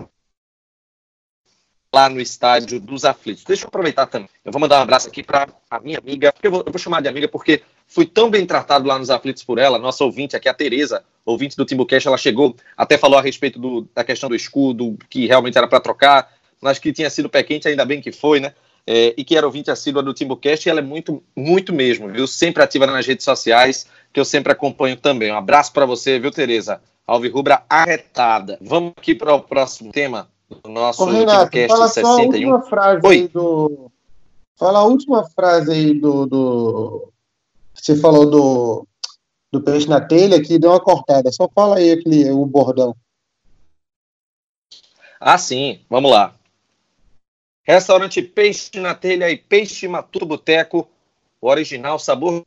lá no estádio dos Aflitos. Deixa eu aproveitar também. Eu vou mandar um abraço aqui para a minha amiga, eu vou, eu vou chamar de amiga porque fui tão bem tratado lá nos Aflitos por ela, nossa ouvinte aqui, a Tereza, ouvinte do TimbuCast, ela chegou, até falou a respeito do, da questão do escudo, que realmente era para trocar, mas que tinha sido pé quente, ainda bem que foi, né? É, e que era ouvinte assídua do TimbuCast, e ela é muito, muito mesmo, viu? Sempre ativa nas redes sociais, que eu sempre acompanho também. Um abraço para você, viu, Tereza? Alvirrubra arretada. Vamos aqui para o próximo tema do nosso
Ô, Renato,
TimbuCast
fala
sessenta e um.
Só a última frase
Oi.
aí do... Fala a última frase aí do... do... Você falou do, do Peixe na Telha, que deu uma cortada. Só fala aí aquele, o bordão.
Ah, sim. Vamos lá. Restaurante Peixe na Telha e Peixe Matuto Boteco, o original sabor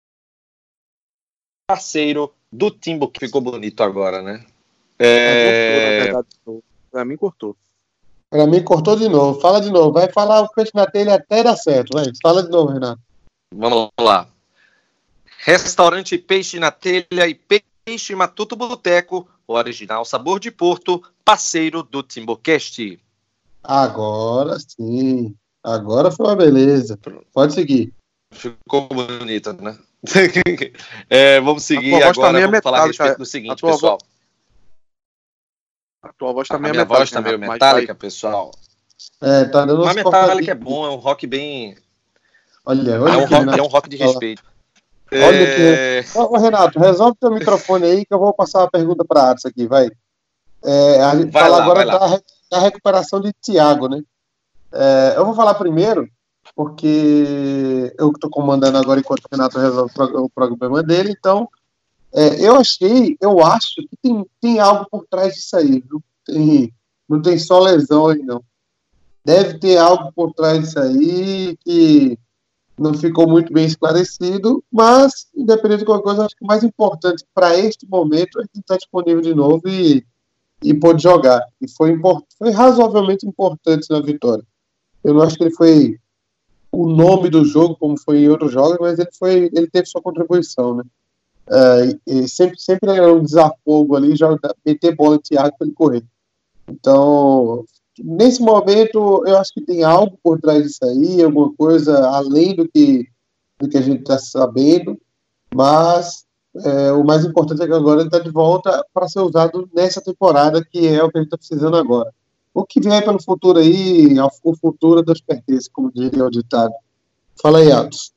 parceiro do Timbu, que ficou bonito agora, né? É...
Pra mim cortou.
Pra mim cortou de novo. Fala de novo. Vai falar o Peixe na Telha até dar certo. Vai. Fala de novo, Renato.
Vamos lá. Restaurante Peixe na Telha e Peixe Matuto Boteco, o original sabor de Porto, parceiro do TimbuCast.
Agora sim. Agora foi uma beleza. Pode seguir.
Ficou bonito, né? É, vamos seguir
A tua voz
agora.
tá meio
Vamos falar a
metálica.
respeito do seguinte,
A tua
pessoal.
A tua voz tá
A
meio
minha
metálica.
voz tá meio
Renato, mas
metálica,
vai.
pessoal.
É, tá dando
Mas
uns
metálica é
cortadinhos.
bom, é um rock bem...
Olha, olha
É um
que
rock,
Renato
é um rock de
fala.
respeito.
Olha
É...
que... Ô, Renato, resolve teu microfone aí que eu vou passar uma pergunta para a Arts aqui, vai. É, a gente
Vai
fala
lá,
agora
vai lá.
da, re- da recuperação de Thiago, né? É, eu vou falar primeiro, porque eu estou comandando agora enquanto o Renato resolve o prog- o programa dele, então é, eu achei, eu acho que tem, tem algo por trás disso aí, viu? Tem, não tem só lesão aí, não. Deve ter algo por trás disso aí que não ficou muito bem esclarecido, mas, independente de qualquer coisa, acho que o mais importante para este momento é que está disponível de novo e, e pôde jogar. E foi, import, foi razoavelmente importante na vitória. Eu não acho que ele foi o nome do jogo, como foi em outros jogos, mas ele, foi, ele teve sua contribuição, né? É, e sempre, sempre era um desafogo ali, jogar, meter bola em Thiago para ele correr. Então, nesse momento, eu acho que tem algo por trás disso aí, alguma coisa além do que, do que a gente está sabendo, mas É, o mais importante é que agora ele está de volta para ser usado nessa temporada, que é o que a gente está precisando agora. O que vier pelo futuro aí, o futuro Deus pertence, como diria o ditado. Fala aí, Atos.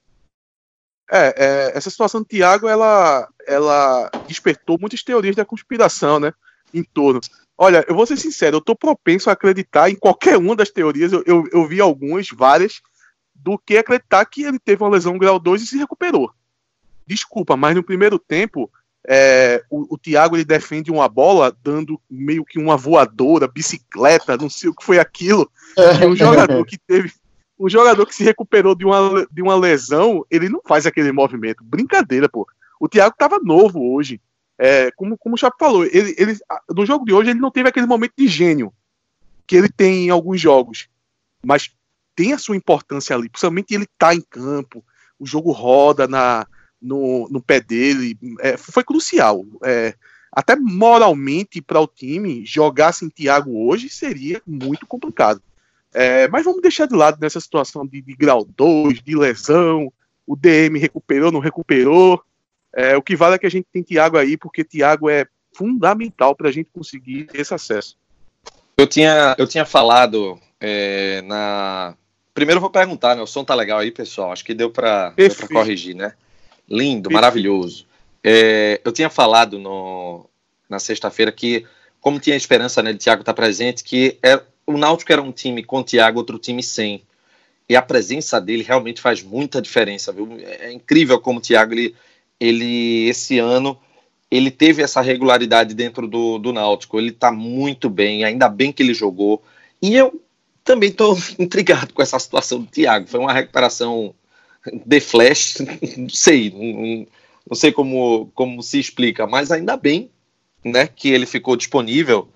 É, é, essa situação do Thiago, ela, ela despertou muitas teorias da conspiração, né, em torno. Olha, eu vou ser sincero, eu tô propenso a acreditar em qualquer uma das teorias, eu, eu, eu vi algumas, várias, do que acreditar que ele teve uma lesão grau dois e se recuperou. Desculpa, mas no primeiro tempo, é, o, o Thiago ele defende uma bola dando meio que uma voadora, bicicleta, não sei o que foi aquilo, e um jogador que teve... Um jogador que se recuperou de uma, de uma lesão, ele não faz aquele movimento. Brincadeira, pô. O Thiago tava novo hoje. É, como, como o Chapo falou, ele, ele, no jogo de hoje ele não teve aquele momento de gênio que ele tem em alguns jogos. Mas tem a sua importância ali. Principalmente ele tá em campo. O jogo roda na, no, no pé dele. É, foi crucial. É, até moralmente para o time, jogar sem Thiago hoje seria muito complicado. É, mas vamos deixar de lado nessa situação de, de grau dois, de lesão, o D M recuperou, não recuperou. É, o que vale é que a gente tem Thiago aí, porque Thiago é fundamental para a gente conseguir esse acesso.
Eu tinha, eu tinha falado é, na... Primeiro eu vou perguntar, né? O som tá legal aí, pessoal? Acho que deu para corrigir, né? Lindo, Perfeito. Maravilhoso. É, eu tinha falado no, na sexta-feira que, como tinha esperança, né, de Thiago estar presente, que é o Náutico era um time com o Thiago, outro time sem. E a presença dele realmente faz muita diferença, viu? É incrível como o Thiago, ele, ele esse ano, ele teve essa regularidade dentro do, do Náutico. Ele tá muito bem, ainda bem que ele jogou. E eu também tô intrigado com essa situação do Thiago. Foi uma recuperação de flash, não sei, não, não sei como, como se explica, mas ainda bem, né, que ele ficou disponível,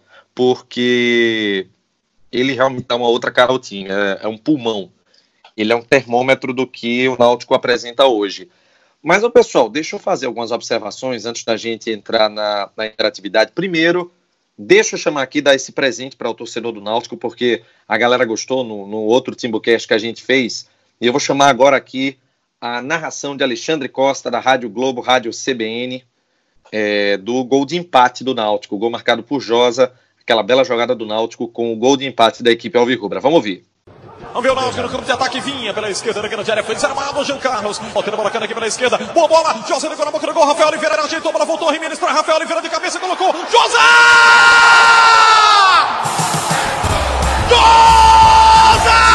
porque... ele realmente dá uma outra cara ao time, é, é um pulmão. Ele é um termômetro do que o Náutico apresenta hoje. Mas, ó, pessoal, deixa eu fazer algumas observações antes da gente entrar na, na interatividade. Primeiro, deixa eu chamar aqui, dar esse presente para o torcedor do Náutico, porque a galera gostou no, no outro Timbucast que a gente fez. E eu vou chamar agora aqui a narração de Alexandre Costa, da Rádio Globo, Rádio C B N, é, do gol de empate do Náutico, gol marcado por Josa, aquela bela jogada do Náutico com o gol de empate da equipe alvirrubra. Vamos ouvir.
Vamos ver o Náutico no campo de ataque, vinha pela esquerda, na grande área, foi desarmado, Jean Carlos, botando a bola aqui pela esquerda, boa bola, José ligou na boca do gol, Rafael Oliveira ajeitou, a bola voltou, Jimenez para Rafael Oliveira de cabeça, colocou, José! José!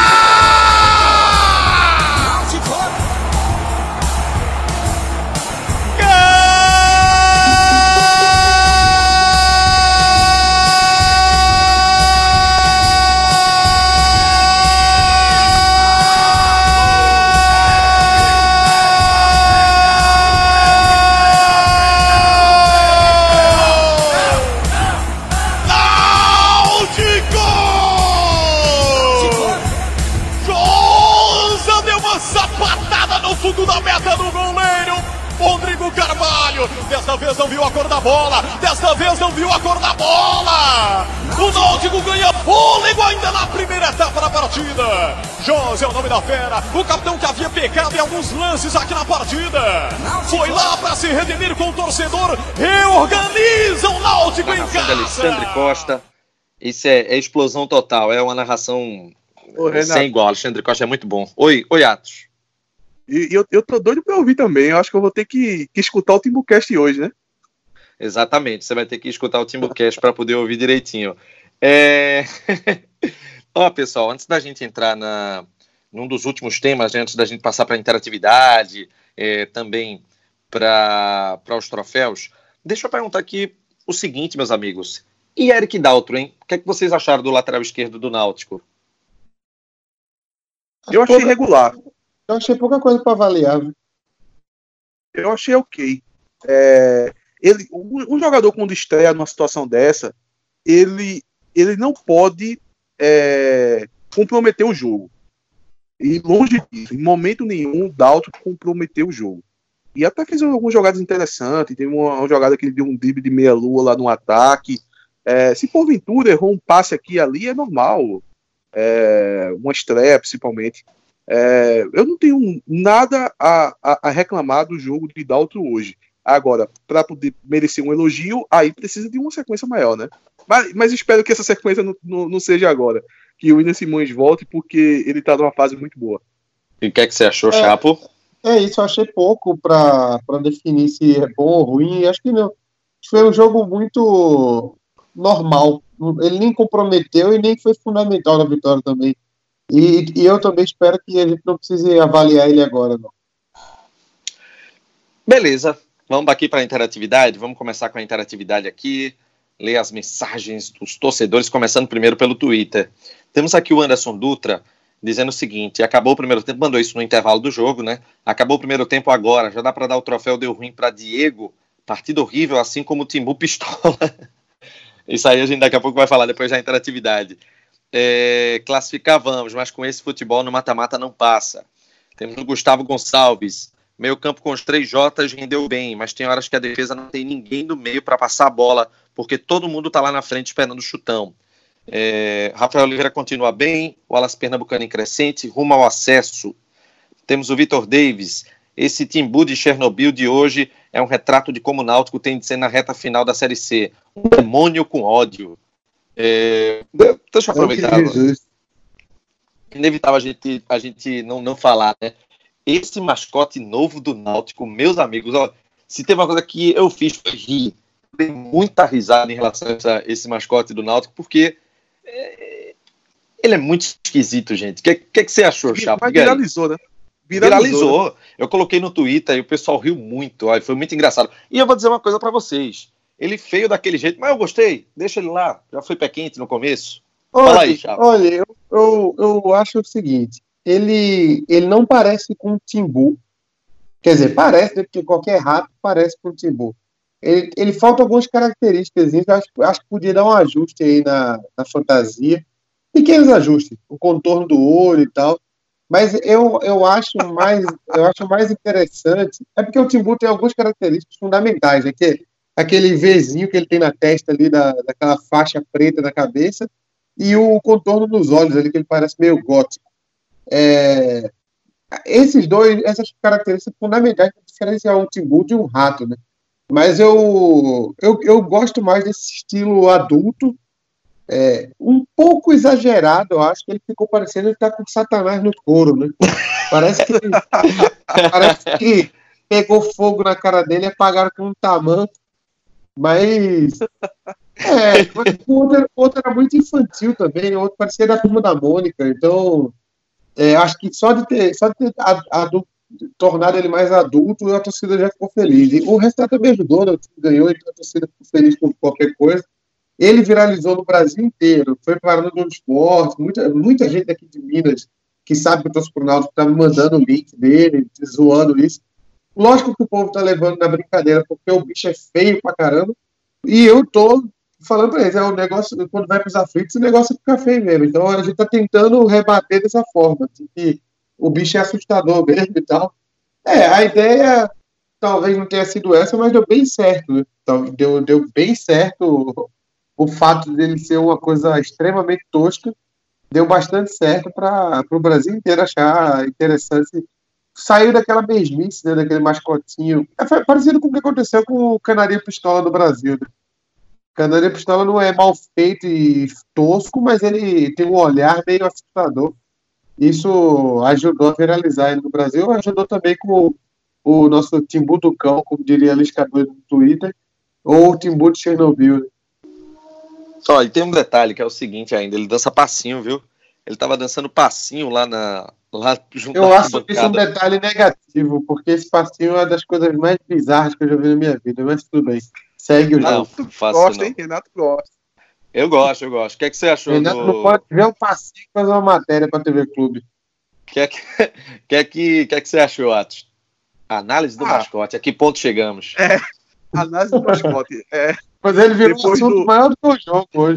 Fundo da meta do goleiro Rodrigo Carvalho. Desta vez não viu a cor da bola. Desta vez não viu a cor da bola. O Náutico ganha fôlego ainda na primeira etapa da partida. José é o nome da fera. O capitão que havia pecado em alguns lances aqui na partida. Foi lá para se redimir com o torcedor. Reorganiza o Náutico em casa.
De Alexandre Costa. Isso é, é explosão total. É uma narração Ô, sem igual. Alexandre Costa é muito bom. Oi, oi, Atos.
E, e eu, eu tô doido pra ouvir também. Eu acho que eu vou ter que, que escutar o Timbucast hoje, né?
Exatamente. Você vai ter que escutar o Timbucast para poder ouvir direitinho. É... Ó, pessoal, antes da gente entrar na, num dos últimos temas, né, antes da gente passar para a interatividade, é, também para os troféus, deixa eu perguntar aqui o seguinte, meus amigos. E Eric Daltro, hein? O que é que vocês acharam do lateral esquerdo do Náutico?
Eu achei regular.
Eu achei pouca coisa para avaliar. Viu?
Eu achei ok. É, ele, um, um jogador quando estreia numa situação dessa, ele, ele não pode é, comprometer o jogo. E longe disso, em momento nenhum, o Dalton comprometeu o jogo. E até fez algumas jogadas interessantes. Teve uma, uma jogada que ele deu um drible de meia-lua lá no ataque. É, se porventura errou um passe aqui e ali, é normal. É, uma estreia, principalmente. É, eu não tenho nada a, a, a reclamar do jogo de Daltro hoje. Agora, para poder merecer um elogio, aí precisa de uma sequência maior, né? Mas, mas espero que essa sequência não, não, não seja agora. Que o William Simões volte, porque ele tá numa fase muito boa.
E o que é que você achou,
é,
Chapo?
É isso, eu achei pouco para definir se é bom ou ruim. Acho que não. Foi um jogo muito normal. Ele nem comprometeu e nem foi fundamental na vitória também. E, e eu também espero que a gente não precise avaliar ele agora, não.
Beleza. Vamos aqui para a interatividade. Vamos começar com a interatividade aqui. Ler as mensagens dos torcedores, começando primeiro pelo Twitter. Temos aqui o Anderson Dutra dizendo o seguinte: acabou o primeiro tempo, mandou isso no intervalo do jogo, né? Acabou o primeiro tempo agora, já dá para dar o troféu deu ruim para Diego. Partida horrível, assim como o Timbu Pistola. Isso aí a gente daqui a pouco vai falar depois da interatividade. É, classificar vamos, mas com esse futebol no mata-mata não passa. Temos o Gustavo Gonçalves. Meio campo com os três Jotas rendeu bem, mas tem horas que a defesa não tem ninguém no meio para passar a bola, porque todo mundo está lá na frente esperando o chutão. É, Rafael Oliveira continua bem, o Alas Pernambucano em crescente, rumo ao acesso. Temos o Vitor Davis. Esse Timbu de Chernobyl de hoje é um retrato de como o Náutico tem de ser na reta final da Série C. Um demônio com ódio. É, deixa eu aproveitar. Inevitável a gente, a gente não, não falar, né? Esse mascote novo do Náutico, meus amigos, ó, se tem uma coisa que eu fiz foi rir. Dei muita risada em relação a essa, esse mascote do Náutico, porque é, ele é muito esquisito, gente. O que, que, que você achou, Chapo?
Mas viralizou, né?
Viralizou. viralizou. Né? Eu coloquei no Twitter e o pessoal riu muito. Ó, foi muito engraçado. E eu vou dizer uma coisa pra vocês. Ele feio daquele jeito, mas eu gostei. Deixa ele lá. Já foi pé quente no começo.
Olha,
Fala aí, Chapo.
Olha, eu, eu, eu acho o seguinte. Ele, ele não parece com um Timbu. Quer dizer, parece, né, porque qualquer rato parece com um Timbu. Ele, ele falta algumas características. Eu acho, acho que podia dar um ajuste aí na, na fantasia. Pequenos ajustes. O contorno do olho e tal. Mas eu, eu, acho mais, eu acho mais interessante. É porque o Timbu tem algumas características fundamentais. Né, que aquele Vzinho que ele tem na testa ali, da, daquela faixa preta na cabeça. E o contorno dos olhos ali, que ele parece meio gótico. É, esses dois, essas características fundamentais para diferenciar um Timbu de um rato, né? Mas eu, eu, eu gosto mais desse estilo adulto, é, um pouco exagerado. Eu acho que ele ficou parecendo que tá com Satanás no couro, né? Parece que parece que pegou fogo na cara dele e apagaram com um tamanho. Mas é, o outro, outro era muito infantil também, o outro parecia da Turma da Mônica, então É, acho que só de ter, só de ter adulto, tornado ele mais adulto, a torcida já ficou feliz. E o resultado também ajudou, né? O time ganhou, então a torcida ficou feliz com qualquer coisa. Ele viralizou no Brasil inteiro, foi para o esporte, muita, muita gente aqui de Minas que sabe que eu torço pro Náutico está me mandando o link dele, zoando isso. Lógico que o povo tá levando na brincadeira, porque o bicho é feio pra caramba, e eu tô falando pra eles, é um negócio, quando vai pros aflitos, o negócio fica feio mesmo. Então a gente tá tentando rebater dessa forma, de que o bicho é assustador mesmo e tal. É, a ideia talvez não tenha sido essa, mas deu bem certo, né? Então, deu, deu bem certo o, o fato dele ser uma coisa extremamente tosca, deu bastante certo para o Brasil inteiro achar interessante. Saiu daquela mesmice, né, daquele mascotinho. É, foi parecido com o que aconteceu com o Canarinho Pistola do Brasil, né? Canarinho Pistola não é mal feito e tosco, mas ele tem um olhar meio assustador. Isso ajudou a viralizar ele no Brasil, ajudou também com o, o nosso Timbu do Cão, como diria Luiz Cardoso no Twitter, ou o Timbu de Chernobyl.
Só, e tem um detalhe que é o seguinte ainda, ele dança passinho, viu? Ele tava dançando passinho lá na... Lá junto
eu acho isso um detalhe negativo, porque esse passinho é uma das coisas mais bizarras que eu já vi na minha vida, mas tudo bem. Segue o
não,
jogo.
Faço
gosta,
não.
Hein? Renato gosta.
Eu gosto, eu gosto. O que é que você achou
Renato
do...
não pode ver um passinho e fazer uma matéria para T V Clube.
O que é que, que, é que, que é que você achou, Atos? Análise do ah, mascote. A que ponto chegamos?
É, análise do mascote. É,
mas ele virou um assunto do... maior do que o jogo hoje.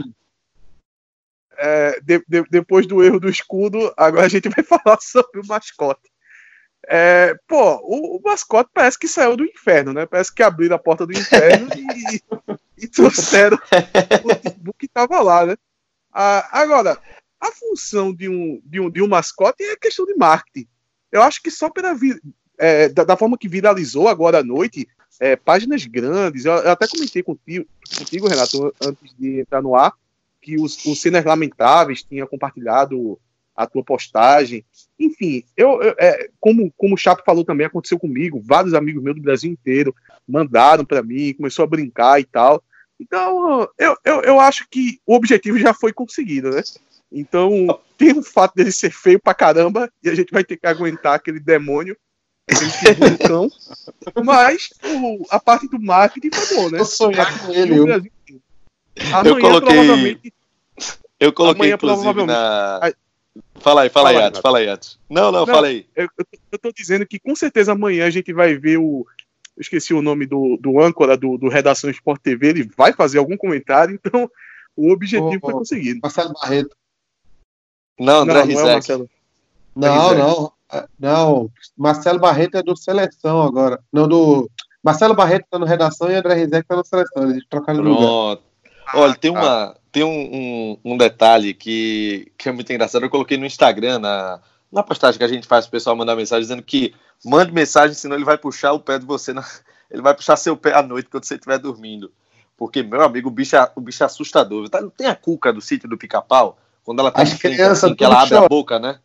É, de, de, depois do erro do escudo, agora a gente vai falar sobre o mascote. É, pô, o, o mascote parece que saiu do inferno, né? Parece que abriram a porta do inferno e, e trouxeram o Timbu que tava lá, né? Ah, agora, a função de um, de, um, de um mascote é questão de marketing. Eu acho que só pela vi, é, da, da forma que viralizou agora à noite, é, páginas grandes. Eu, eu até comentei contigo, contigo, Renato, antes de entrar no ar, que os, os Cenas Lamentáveis tinha compartilhado a tua postagem. Enfim, eu, eu é, como, como o Chapo falou também, aconteceu comigo, vários amigos meus do Brasil inteiro mandaram para mim, começou a brincar e tal. Então, eu, eu, eu acho que o objetivo já foi conseguido, né? Então, tem o fato dele ser feio pra caramba, e a gente vai ter que aguentar aquele demônio, aquele bonitão, mas o, a parte do marketing foi bom, né?
Eu sonhar com ele.
Eu,
Eu,
amanhã,
eu coloquei,
provavelmente,
eu coloquei
amanhã,
inclusive
provavelmente,
na... Fala aí, fala, fala aí, Yates, fala aí, Yates. Não, não, não, fala aí.
Eu, eu, eu tô dizendo que com certeza amanhã a gente vai ver o... Eu esqueci o nome do, do âncora do, do Redação Sport T V, ele vai fazer algum comentário, então o objetivo
oh,
foi conseguido.
Marcelo Barreto.
Não, André
não, não é o
Rizek.
Marcelo.
Não, não. Não, Marcelo Barreto é do Seleção agora. Não, do... Marcelo Barreto tá no Redação e André Rizek tá no Seleção. Eles trocaram de lugar.
Pronto. Olha, tem, uma, tem um, um, um detalhe que, que é muito engraçado. Eu coloquei no Instagram, na, na postagem que a gente faz pro pessoal mandar mensagem, dizendo que mande mensagem, senão ele vai puxar o pé de você. Na, ele vai puxar seu pé à noite quando você estiver dormindo. Porque, meu amigo, o bicho é, o bicho é assustador. Tá, não tem a Cuca do sítio do Pica-Pau? Quando ela tá
As
de frente,
crianças
assim, que ela abre
choram.
a boca, né?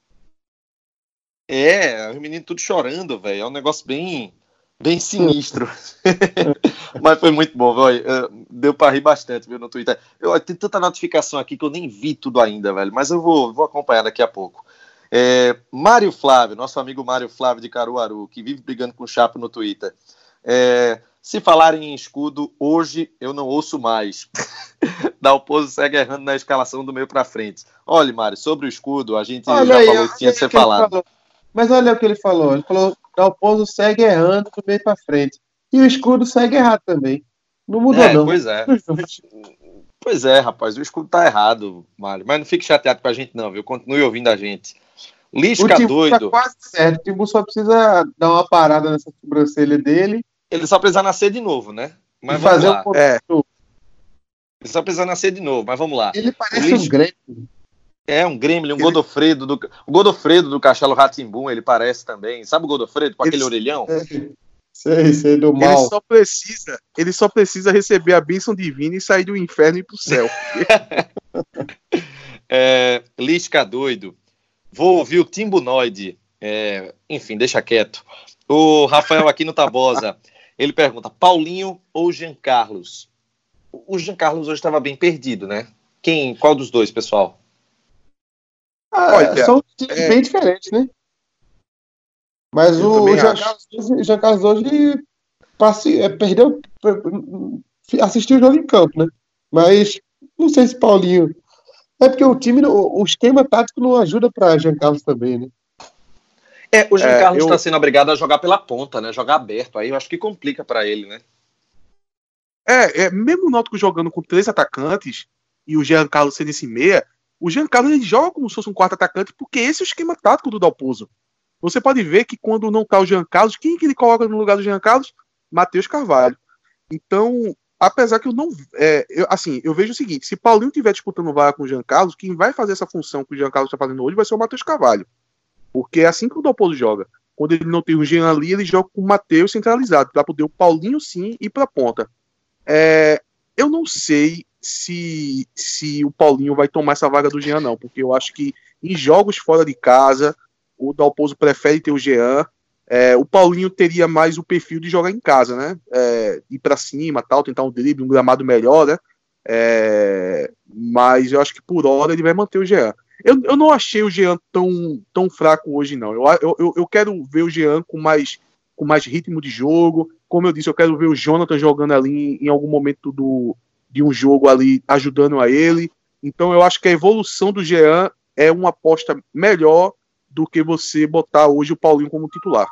É, os meninos tudo chorando, velho. É um negócio bem, bem sinistro. Mas foi muito bom, velho. Deu pra rir bastante, viu, no Twitter. Eu, tem tanta notificação aqui que eu nem vi tudo ainda, velho. Mas eu vou, vou acompanhar daqui a pouco. É, Mário Flávio, nosso amigo Mário Flávio de Caruaru, que vive brigando com o Chapo no Twitter. É, se falarem em escudo, hoje eu não ouço mais. Dalpozo segue errando na escalação do meio pra frente. Olha, Mário, sobre o escudo, a gente
Olha
já
aí,
falou que tinha de ser falado.
Mas olha o que ele falou. Ele falou: Dalpozo segue errando do meio pra frente. E o escudo segue errado também. Não mudou,
É,
não.
pois é. Pois é, rapaz, o escudo tá errado, Mário. Mas não fique chateado com a gente, não, viu? Continue ouvindo a gente. Lisca
O Timbu tá
doido.
quase certo. O Timbu só precisa dar uma parada nessa sobrancelha dele
Ele só precisa nascer de novo, né? Mas
e
vamos
fazer
lá.
um
É.
ponto.
Ele só precisa nascer de novo, mas vamos lá.
Ele
O
parece
Lisca-
um Grêmio.
É um Gremlin, um
Ele-
Godofredo do, o Godofredo do Castelo Rá-Tim-Bum, ele parece também. Sabe o Godofredo com aquele
Ele-
orelhão?
Sei, sei, do
Ele
mal.
só precisa, ele só precisa receber a bênção divina e sair do inferno e ir pro céu.
É, Lisca doido. Vou ouvir o Timbunoide. É, enfim, deixa quieto. O Rafael Aquino Tabosa, ele pergunta, Paulinho ou Jean Carlos? O Jean Carlos hoje estava bem perdido, né? Quem, qual dos dois, pessoal?
Ah,
Olha,
são times
é-
bem diferentes, né? Mas
Eu
o,
também
o Jean
acho.
Carlos, hoje- Jean Carlos hoje passe, é, perdeu, assistiu o jogo em campo, né? Mas não sei se Paulinho. É porque o time, o, o esquema tático não ajuda para Jean Carlos também, né?
É, o Jean
É,
Carlos
eu-
está sendo obrigado a jogar pela ponta, né? Jogar aberto. Aí eu acho que complica para ele, né?
É, é, mesmo o Náutico jogando com três atacantes e o Jean Carlos sendo esse meia, o Jean Carlos ele joga como se fosse um quarto atacante, porque esse é o esquema tático do Dalpozo. Você pode ver que quando não tá o Jean Carlos, quem que ele coloca no lugar do Jean Carlos? Matheus Carvalho. Então, apesar que eu não. É, eu, assim, eu vejo o seguinte: se Paulinho estiver disputando vaga com o Jean Carlos, quem vai fazer essa função que o Jean Carlos está fazendo hoje vai ser o Matheus Carvalho. Porque é assim que o Dalpozo joga. Quando ele não tem o Jean ali, ele joga com o Matheus centralizado, para poder o Paulinho sim ir para a ponta. É, eu não sei se, se o Paulinho vai tomar essa vaga do Jean, não, porque eu acho que em jogos fora de casa, o Dalpozo prefere ter o Jean. É, o Paulinho teria mais o perfil de jogar em casa, né? É, ir para cima, tal, tentar um drible, um gramado melhor, né? É, mas eu acho que por hora ele vai manter o Jean. Eu, eu não achei o Jean tão, tão fraco hoje, não. Eu, eu, eu quero ver o Jean com mais, com mais ritmo de jogo. Como eu disse, eu quero ver o Jonathan jogando ali em, em algum momento do, de um jogo ali, ajudando a ele. Então eu acho que a evolução do Jean é uma aposta melhor do que você botar hoje o Paulinho como titular.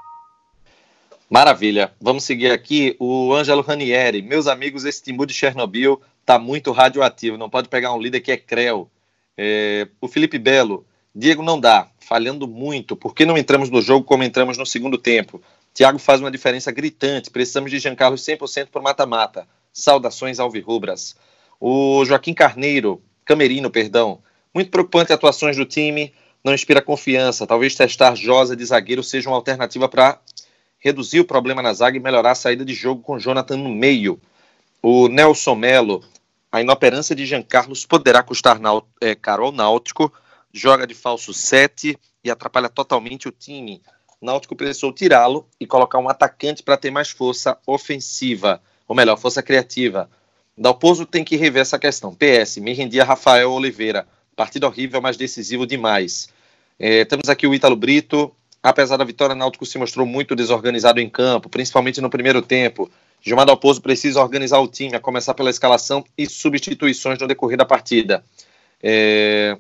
Maravilha. Vamos seguir aqui o Ângelo Ranieri. Meus amigos, esse Timbu de Chernobyl tá muito radioativo. Não pode pegar um líder que é creu. É, o Felipe Belo. Diego não dá. Falhando muito. Por que não entramos no jogo como entramos no segundo tempo? Thiago faz uma diferença gritante. Precisamos de Jean Carlos cem por cento por mata-mata. Saudações alvirrubras. O Joaquim Carneiro. Camerino, perdão. Muito preocupante atuações do time. Não inspira confiança. Talvez testar Josa de zagueiro seja uma alternativa para reduzir o problema na zaga e melhorar a saída de jogo com Jonathan no meio. O Nelson Melo, a inoperância de Jean Carlos poderá custar nau- é, caro ao Náutico, joga de falso sete e atrapalha totalmente o time. Náutico precisou tirá-lo e colocar um atacante para ter mais força ofensiva, ou melhor, força criativa. Dalpozo tem que rever essa questão. P S, me rendia Rafael Oliveira, partido horrível, mas decisivo demais. É, temos aqui o Ítalo Brito. Apesar da vitória, Náutico se mostrou muito desorganizado em campo, principalmente no primeiro tempo. Gilmar Dalpozo precisa organizar o time, a começar pela escalação e substituições no decorrer da partida. É...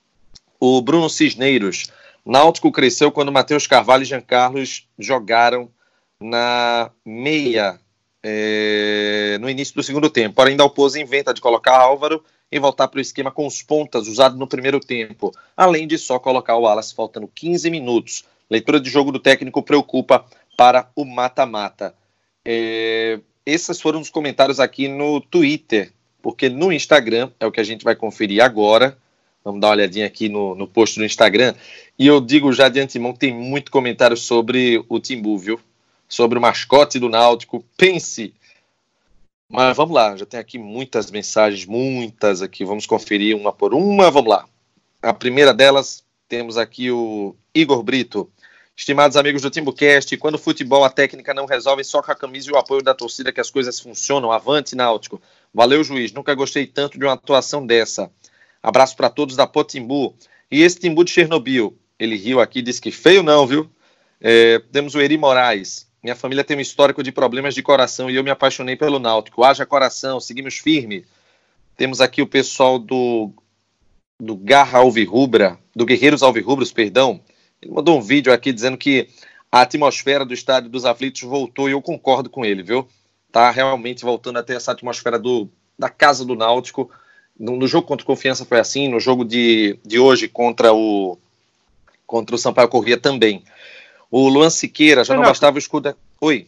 O Bruno Cisneiros. Náutico cresceu quando Matheus Carvalho e Jean Carlos jogaram na meia é... no início do segundo tempo. Porém, Dalpozo inventa de colocar Álvaro e voltar para o esquema com os pontas usado no primeiro tempo, além de só colocar o Wallace faltando quinze minutos. Leitura de jogo do técnico preocupa para o mata-mata. É, esses foram os comentários aqui no Twitter, porque no Instagram é o que a gente vai conferir agora. Vamos dar uma olhadinha aqui no, no post do Instagram. E eu digo já de antemão que tem muito comentário sobre o Timbu, viu? Sobre o mascote do Náutico. Pense! Mas vamos lá, já tem aqui muitas mensagens, muitas aqui. Vamos conferir uma por uma. Vamos lá. A primeira delas, temos aqui o Igor Brito. Estimados amigos do TimbuCast, quando o futebol, a técnica não resolve, só com a camisa e o apoio da torcida que as coisas funcionam. Avante, Náutico. Valeu, juiz. Nunca gostei tanto de uma atuação dessa. Abraço para todos da Potimbu. E esse Timbu de Chernobyl, ele riu aqui, disse que feio não, viu? É, temos o Eri Moraes. Minha família tem um histórico de problemas de coração e eu me apaixonei pelo Náutico. Haja coração, seguimos firme. Temos aqui o pessoal do, do Garra Alvirrubra, do Guerreiros Alvirrubros, perdão. Ele mandou um vídeo aqui dizendo que a atmosfera do Estádio dos Aflitos voltou e eu concordo com ele, viu? Tá realmente voltando a ter essa atmosfera do, da casa do Náutico. No, no jogo contra o Confiança foi assim, no jogo de, de hoje contra o, contra o Sampaio Corrêa também. O Luan Siqueira, já não
Renato,
bastava o escudo... Oi.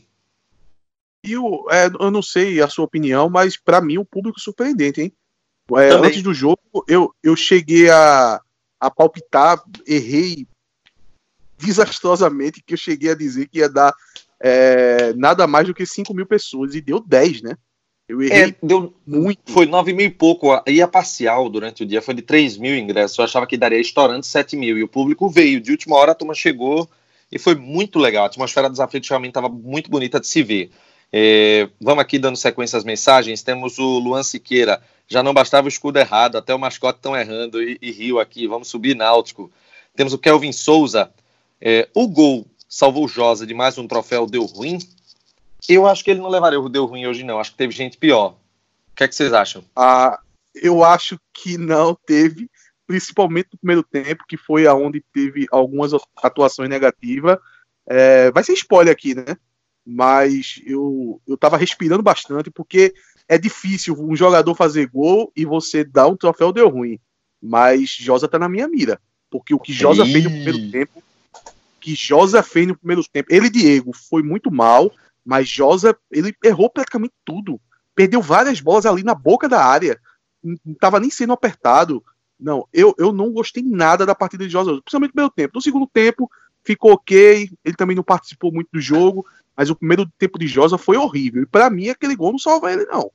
E o, é, eu não sei a sua opinião, mas pra mim o público surpreendente, hein? É, antes do jogo, eu, eu cheguei a, a palpitar, errei desastrosamente, que eu cheguei a dizer que ia dar é, nada mais do que cinco mil pessoas, e deu dez, né? Eu errei
É, deu
muito.
Foi nove mil e pouco, e a parcial durante o dia foi de três mil ingressos. Eu achava que daria estourando sete mil, e o público veio. De última hora a turma chegou e foi muito legal. A atmosfera dos Aflitos realmente estava muito bonita de se ver. É, vamos aqui dando sequência às mensagens. Temos o Luan Siqueira. Já não bastava o escudo errado, até o mascote estão errando, e, e riu aqui. Vamos subir, Náutico. Temos o Kelvin Souza. É, o gol salvou o Josa de mais um troféu, deu ruim? Eu acho que ele não levaria o deu ruim hoje, não. Acho que teve gente pior. O que é que vocês acham?
Ah, eu acho que não teve, principalmente no primeiro tempo, que foi aonde teve algumas atuações negativas. É, vai ser spoiler aqui, né? Mas eu, eu tava respirando bastante, porque é difícil um jogador fazer gol e você dar um troféu deu ruim. Mas Josa tá na minha mira. Porque o que Josa
Ih.
fez no primeiro tempo, que Josa fez no primeiro tempo, ele e Diego foi muito mal, mas Josa, ele errou praticamente tudo. Perdeu várias bolas ali na boca da área. Não tava nem sendo apertado. Não, eu, eu não gostei nada da partida de Josa, principalmente no primeiro tempo. No segundo tempo, ficou ok. Ele também não participou muito do jogo, mas o primeiro tempo de Josa foi horrível. E pra mim, aquele gol não salva ele, não.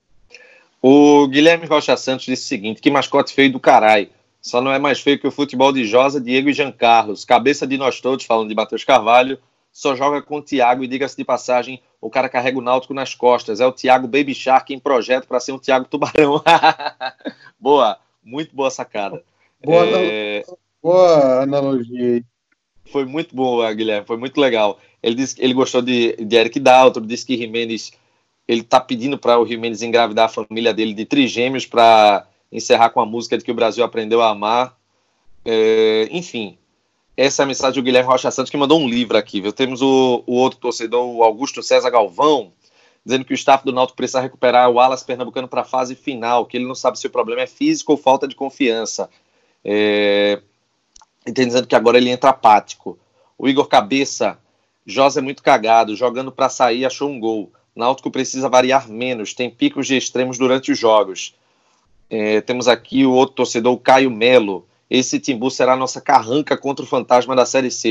O Guilherme Rocha Santos disse o seguinte: que mascote feio do caralho. Só não é mais feio que o futebol de Josa, Diego e Jean Carlos. Cabeça de nós todos, falando de Matheus Carvalho. Só joga com o Thiago e, diga-se de passagem, o cara carrega o Náutico nas costas. É o Thiago Baby Shark em projeto para ser um Thiago Tubarão. Boa, muito boa sacada.
Boa,
é...
boa analogia aí.
Foi muito boa, Guilherme, foi muito legal. Ele disse que ele gostou de, de Eric Daltro, disse que Jimenez, ele tá pedindo para o Jimenez engravidar a família dele de trigêmeos para encerrar com a música de que o Brasil aprendeu a amar. É... Enfim... Essa é a mensagem do Guilherme Rocha Santos, que mandou um livro aqui, viu? Temos o, o outro torcedor, o Augusto César Galvão, dizendo que o staff do Náutico precisa recuperar o Wallace Pernambucano para a fase final, que ele não sabe se o problema é físico ou falta de confiança. É... E tem dizendo que agora ele entra apático. O Igor Cabeça, Josa é muito cagado, jogando para sair, achou um gol. Náutico precisa variar menos, tem picos de extremos durante os jogos. É... Temos aqui o outro torcedor, o Caio Melo. Esse Timbu será a nossa carranca contra o fantasma da Série C.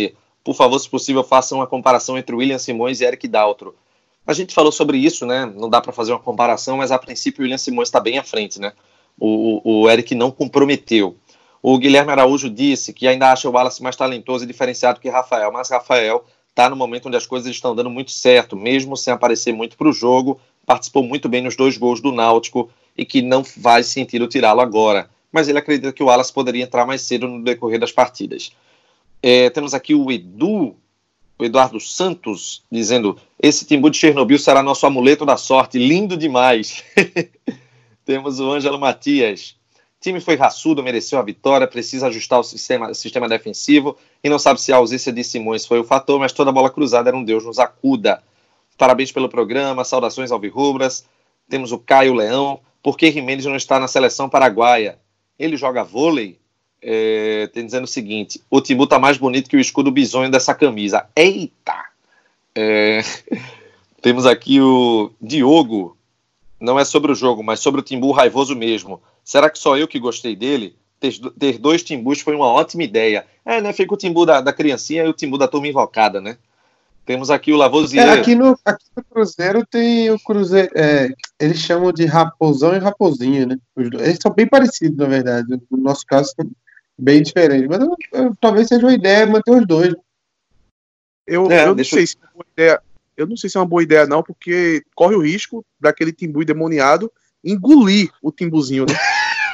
por favor, se possível, façam uma comparação entre William Simões e Eric Daltro. A gente falou sobre isso, né? Não dá para fazer uma comparação, mas a princípio o William Simões está bem à frente, né? O, o Eric não comprometeu. O Guilherme Araújo disse que ainda acha o Wallace mais talentoso e diferenciado que Rafael, mas Rafael está no momento onde as coisas estão dando muito certo, mesmo sem aparecer muito para o jogo, participou muito bem nos dois gols do Náutico e que não faz sentido tirá-lo agora. Mas ele acredita que o Wallace poderia entrar mais cedo no decorrer das partidas. É, temos aqui o Edu, o Eduardo Santos, dizendo: esse Timbu de Chernobyl será nosso amuleto da sorte, lindo demais. Temos o Ângelo Matias: o time foi raçudo, mereceu a vitória, precisa ajustar o sistema, sistema defensivo e não sabe se a ausência de Simões foi o fator, mas toda bola cruzada era um Deus nos acuda. Parabéns pelo programa, saudações alvirrubras. Temos o Caio Leão: por que Jimenez não está na seleção paraguaia? Ele joga vôlei? É, tem dizendo o seguinte: o Timbu tá mais bonito que o escudo bisonho dessa camisa. Eita! É, temos aqui o Diogo: não é sobre o jogo, mas sobre o Timbu raivoso mesmo. Será que só eu que gostei dele? Ter, ter dois Timbus foi uma ótima ideia. É, né? Fica o Timbu da, da criancinha e o Timbu da turma invocada, né? Temos aqui o Lavoisier.
É, aqui, no, aqui no Cruzeiro tem o Cruzeiro. É, eles chamam de Raposão e Raposinha, né? Os dois, eles são bem parecidos, na verdade. No nosso caso, são bem diferentes. Mas eu, eu, talvez seja uma ideia manter os dois.
Eu,
É,
eu não
deixa
sei
eu-
se é uma boa ideia. Eu não sei se é uma boa ideia, não, porque corre o risco daquele Timbu endemoniado engolir o Timbuzinho, né?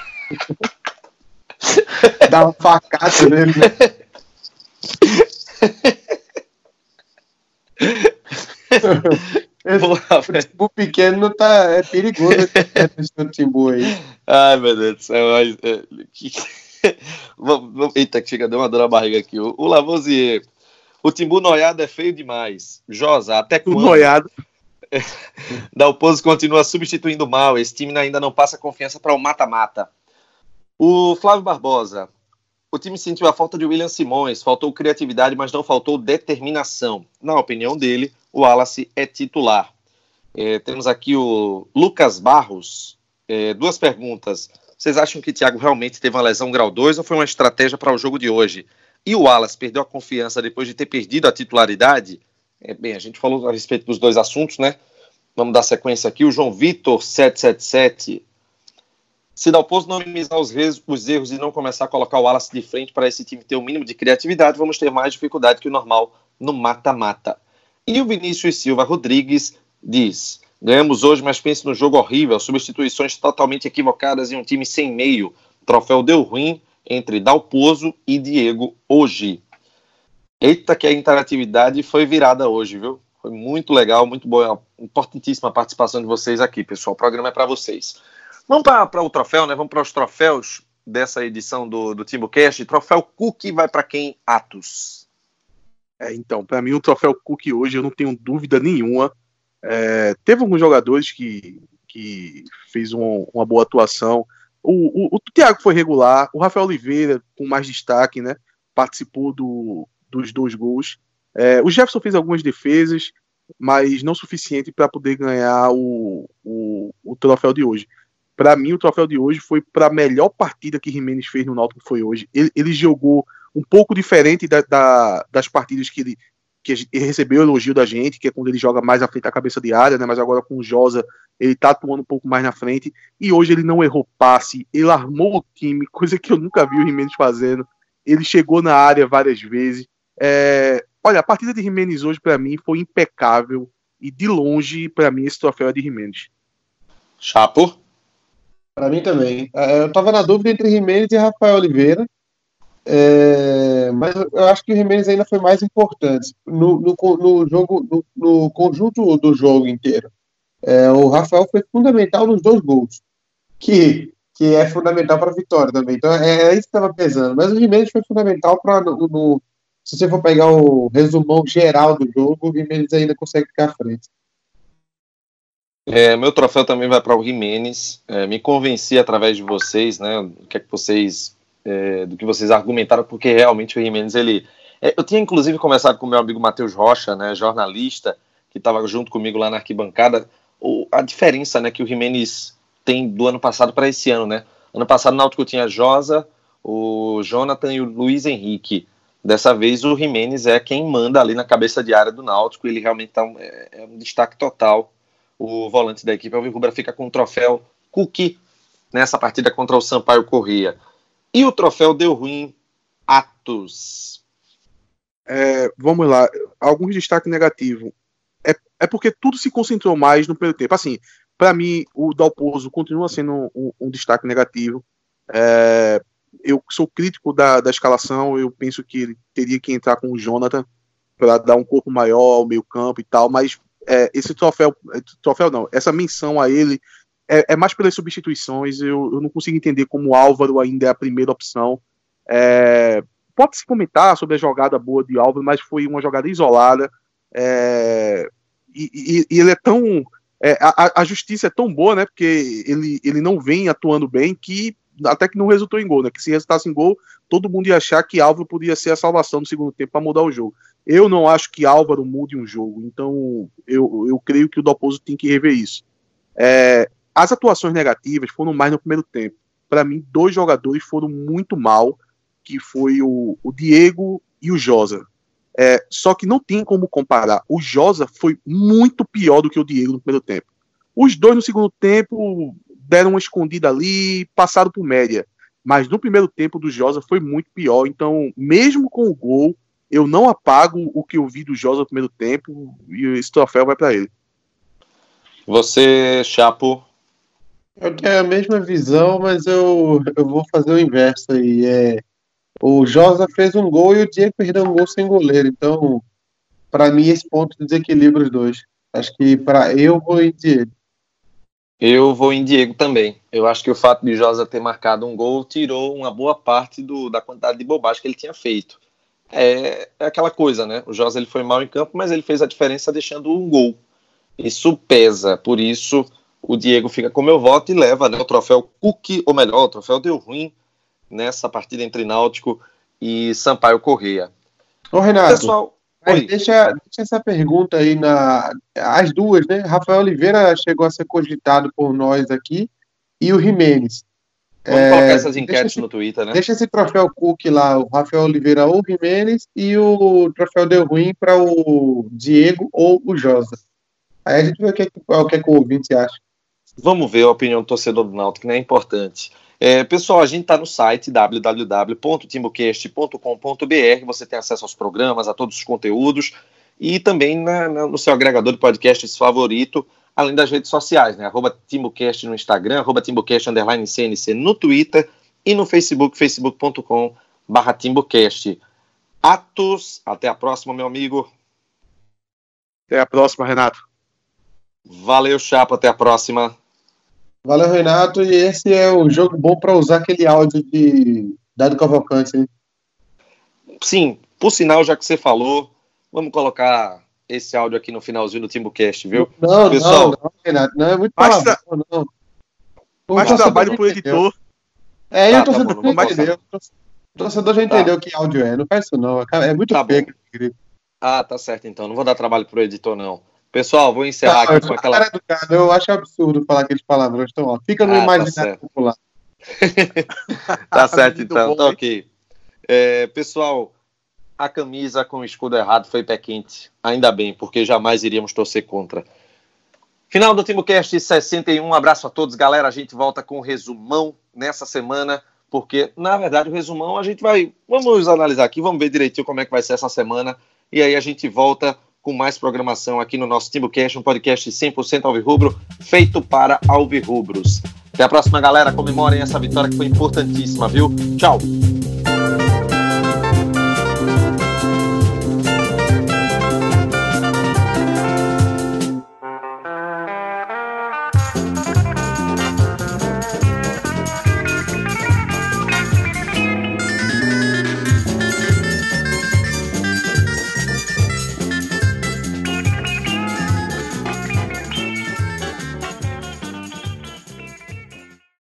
Dá uma facada nele, né? Esse o Timbu pequeno não tá, é perigoso esse Timbu aí.
Ai, meu Deus do céu. Ai, é, que- Vamos- vamos- Eita, que chega, deu uma dor na barriga aqui. O, o Lavoisier: o Timbu noiado é feio demais. Josa, até
O
quando?
noiado.
Dalpozo continua substituindo mal. Esse time ainda não passa confiança para o mata-mata. O Flávio Barbosa: o time sentiu a falta de William Simões. Faltou criatividade, mas não faltou determinação. Na opinião dele, o Wallace é titular. É, temos aqui o Lucas Barros. É, duas perguntas. Vocês acham que o Thiago realmente teve uma lesão grau dois ou foi uma estratégia para o jogo de hoje? E o Wallace perdeu a confiança depois de ter perdido a titularidade? É, bem, a gente falou a respeito dos dois assuntos, né? Vamos dar sequência aqui. O João Vitor sete sete sete: se Dalpozo não minimizar os, res- os erros e não começar a colocar o Wallace de frente para esse time ter o mínimo de criatividade, vamos ter mais dificuldade que o normal no mata-mata. E o Vinícius Silva Rodrigues diz: ganhamos hoje, mas pense no jogo horrível, substituições totalmente equivocadas e um time sem meio. Troféu deu ruim entre Dalpozo e Diego hoje. Eita, que a interatividade foi virada hoje, viu? Foi muito legal, muito boa, importantíssima a participação de vocês aqui, pessoal. O programa é para vocês. Vamos para o troféu, né? Vamos para os troféus dessa edição do, do TimbuCast. Troféu Cook vai para quem, Atos?
É, então, para mim, o troféu Cook hoje, eu não tenho dúvida nenhuma. É, teve alguns jogadores que, que fez um, uma boa atuação. O, o, o Thiago foi regular, o Rafael Oliveira, com mais destaque, né? Participou do, dos dois gols. É, o Jefferson fez algumas defesas, mas não suficiente para poder ganhar o, o, o troféu de hoje. Para mim, o troféu de hoje foi para a melhor partida que Jimenez fez no Náutico, foi hoje. Ele, ele jogou um pouco diferente da, da, das partidas que ele, que ele recebeu elogio da gente, que é quando ele joga mais à frente da cabeça de área, né? Mas agora com o Josa ele tá atuando um pouco mais na frente, e hoje ele não errou passe, ele armou o time, coisa que eu nunca vi o Jimenez fazendo. Ele chegou na área várias vezes. É, olha, a partida de Jimenez hoje para mim foi impecável, e de longe, para mim, esse troféu é de Jimenez.
Chapo?
Para mim também. É, eu tava na dúvida entre Jimenez e Rafael Oliveira, é, mas eu acho que o Jimenez ainda foi mais importante no, no, no jogo, no, no conjunto do jogo inteiro. É, o Rafael foi fundamental nos dois gols, que, que é fundamental para a vitória também. Então é, é isso que estava pesando. Mas o Jimenez foi fundamental para no, no, se você for pegar o resumão geral do jogo, o Jimenez ainda consegue ficar à frente.
É, meu troféu também vai para o Jimenez. É, me convenci através de vocês, né? Do que é que vocês, é, do que vocês argumentaram, porque realmente o Jimenez, ele. É, eu tinha inclusive conversado com o meu amigo Matheus Rocha, né? Jornalista, que estava junto comigo lá na arquibancada. O, a diferença, né, que o Jimenez tem do ano passado para esse ano, né? Ano passado o Náutico tinha Josa, o Jonathan e o Luiz Henrique. Dessa vez o Jimenez é quem manda ali na cabeça de área do Náutico, ele realmente tá um, é, é um destaque total. O volante da equipe alvirrubra fica com o troféu Cookie nessa partida contra o Sampaio Corrêa. E o troféu deu ruim Atos.
É, vamos lá, alguns destaques negativos. É, é porque tudo se concentrou mais no primeiro tempo. Assim, para mim, o Dalpozo continua sendo um, um destaque negativo. É, eu sou crítico da, da escalação, eu penso que ele teria que entrar com o Jonathan para dar um corpo maior ao meio campo e tal, mas é, esse troféu, troféu não, essa menção a ele é, é mais pelas substituições. Eu, eu não consigo entender como o Álvaro ainda é a primeira opção. É, pode-se comentar sobre a jogada boa de Álvaro, mas foi uma jogada isolada, é, e, e, e ele é tão... É, a, a justiça é tão boa, né, porque ele, ele não vem atuando bem, que até que não resultou em gol, né, que se resultasse em gol, todo mundo ia achar que Álvaro podia ser a salvação no segundo tempo para mudar o jogo. Eu não acho que Álvaro mude um jogo, então eu, eu creio que o Dalpozo tem que rever isso. É, as atuações negativas foram mais no primeiro tempo. Para mim, dois jogadores foram muito mal, que foi o, o Diego e o Josa. É, só que não tem como comparar. O Josa foi muito pior do que o Diego no primeiro tempo. Os dois no segundo tempo deram uma escondida ali, passaram por média. Mas no primeiro tempo do Josa foi muito pior. Então, mesmo com o gol, eu não apago o que eu vi do Josa no primeiro tempo, e esse troféu vai para ele.
Você, Chapo?
Eu tenho a mesma visão, mas eu, eu vou fazer o inverso aí. É, o Josa fez um gol e o Diego perdeu um gol sem goleiro. Então, para mim, esse ponto desequilibra os dois. Acho que para eu vou em Diego.
Eu vou em Diego também. Eu acho que o fato de Josa ter marcado um gol tirou uma boa parte do, da quantidade de bobagem que ele tinha feito. É, é aquela coisa, né? O Josa ele foi mal em campo, mas ele fez a diferença deixando um gol. Isso pesa. Por isso, o Diego fica com meu voto e leva, né, o troféu Cookie, ou melhor, o troféu deu ruim nessa partida entre Náutico e Sampaio Corrêa.
Ô, Renato,
Pessoal,
mas deixa, deixa essa pergunta aí, na, as duas, né? Rafael Oliveira chegou a ser cogitado por nós aqui, e o Jimenez.
Vamos
é,
colocar essas enquetes
esse,
no Twitter, né?
Deixa esse troféu Cookie lá, o Rafael Oliveira ou o Jimenez, e o troféu deu ruim para o Diego ou o Josa. Aí a gente vê o que, é, o que, é que o ouvinte acha.
Vamos ver a opinião do torcedor do Náutico, que não é importante. É, pessoal, a gente está no site w w w ponto timbocast ponto com ponto b r. Você tem acesso aos programas, a todos os conteúdos e também na, na, no seu agregador de podcasts favorito, além das redes sociais, né? Arroba Timbocast no Instagram, arroba Timbocast underline C N C no Twitter e no Facebook, facebook ponto com barra Timbocast. Atos, até a próxima, meu amigo.
Até a próxima, Renato.
Valeu, Chapo, até a próxima.
Valeu, Renato, e esse é o jogo bom para usar aquele áudio de Dado Cavalcante, hein?
Sim, por sinal, já que você falou, vamos colocar esse áudio aqui no finalzinho do Timbocast, viu?
Não,
pessoal,
não, não, Renato, não é muito
mais
palavrão, não. O
mais
torcedor
trabalho
já
pro
entendeu.
editor.
É, e
Tá,
o torcedor
tá bom,
já entendeu. O torcedor já entendeu que áudio é, não faz isso não, é muito
Tá
feio.
Ah, tá certo então, não vou dar trabalho pro editor não. Pessoal, vou encerrar
Não,
aqui com aquela...
educado, eu acho absurdo falar aqueles palavrões, então, ó, fica no
Ah, tá
imaginário
certo.
popular.
Tá certo
Muito
então,
bom,
tá
hein?
ok. É, pessoal, a camisa com o escudo errado foi pé quente, ainda bem, porque jamais iríamos torcer contra. Final do Timbocast sessenta e um, um abraço a todos, galera, a gente volta com o resumão nessa semana, porque, na verdade, o resumão a gente vai, vamos analisar aqui, vamos ver direitinho como é que vai ser essa semana, e aí a gente volta com mais programação aqui no nosso Timbocast, um podcast cem por cento alvirrubro, feito para alvirrubros. Até a próxima, galera. Comemorem essa vitória que foi importantíssima, viu? Tchau!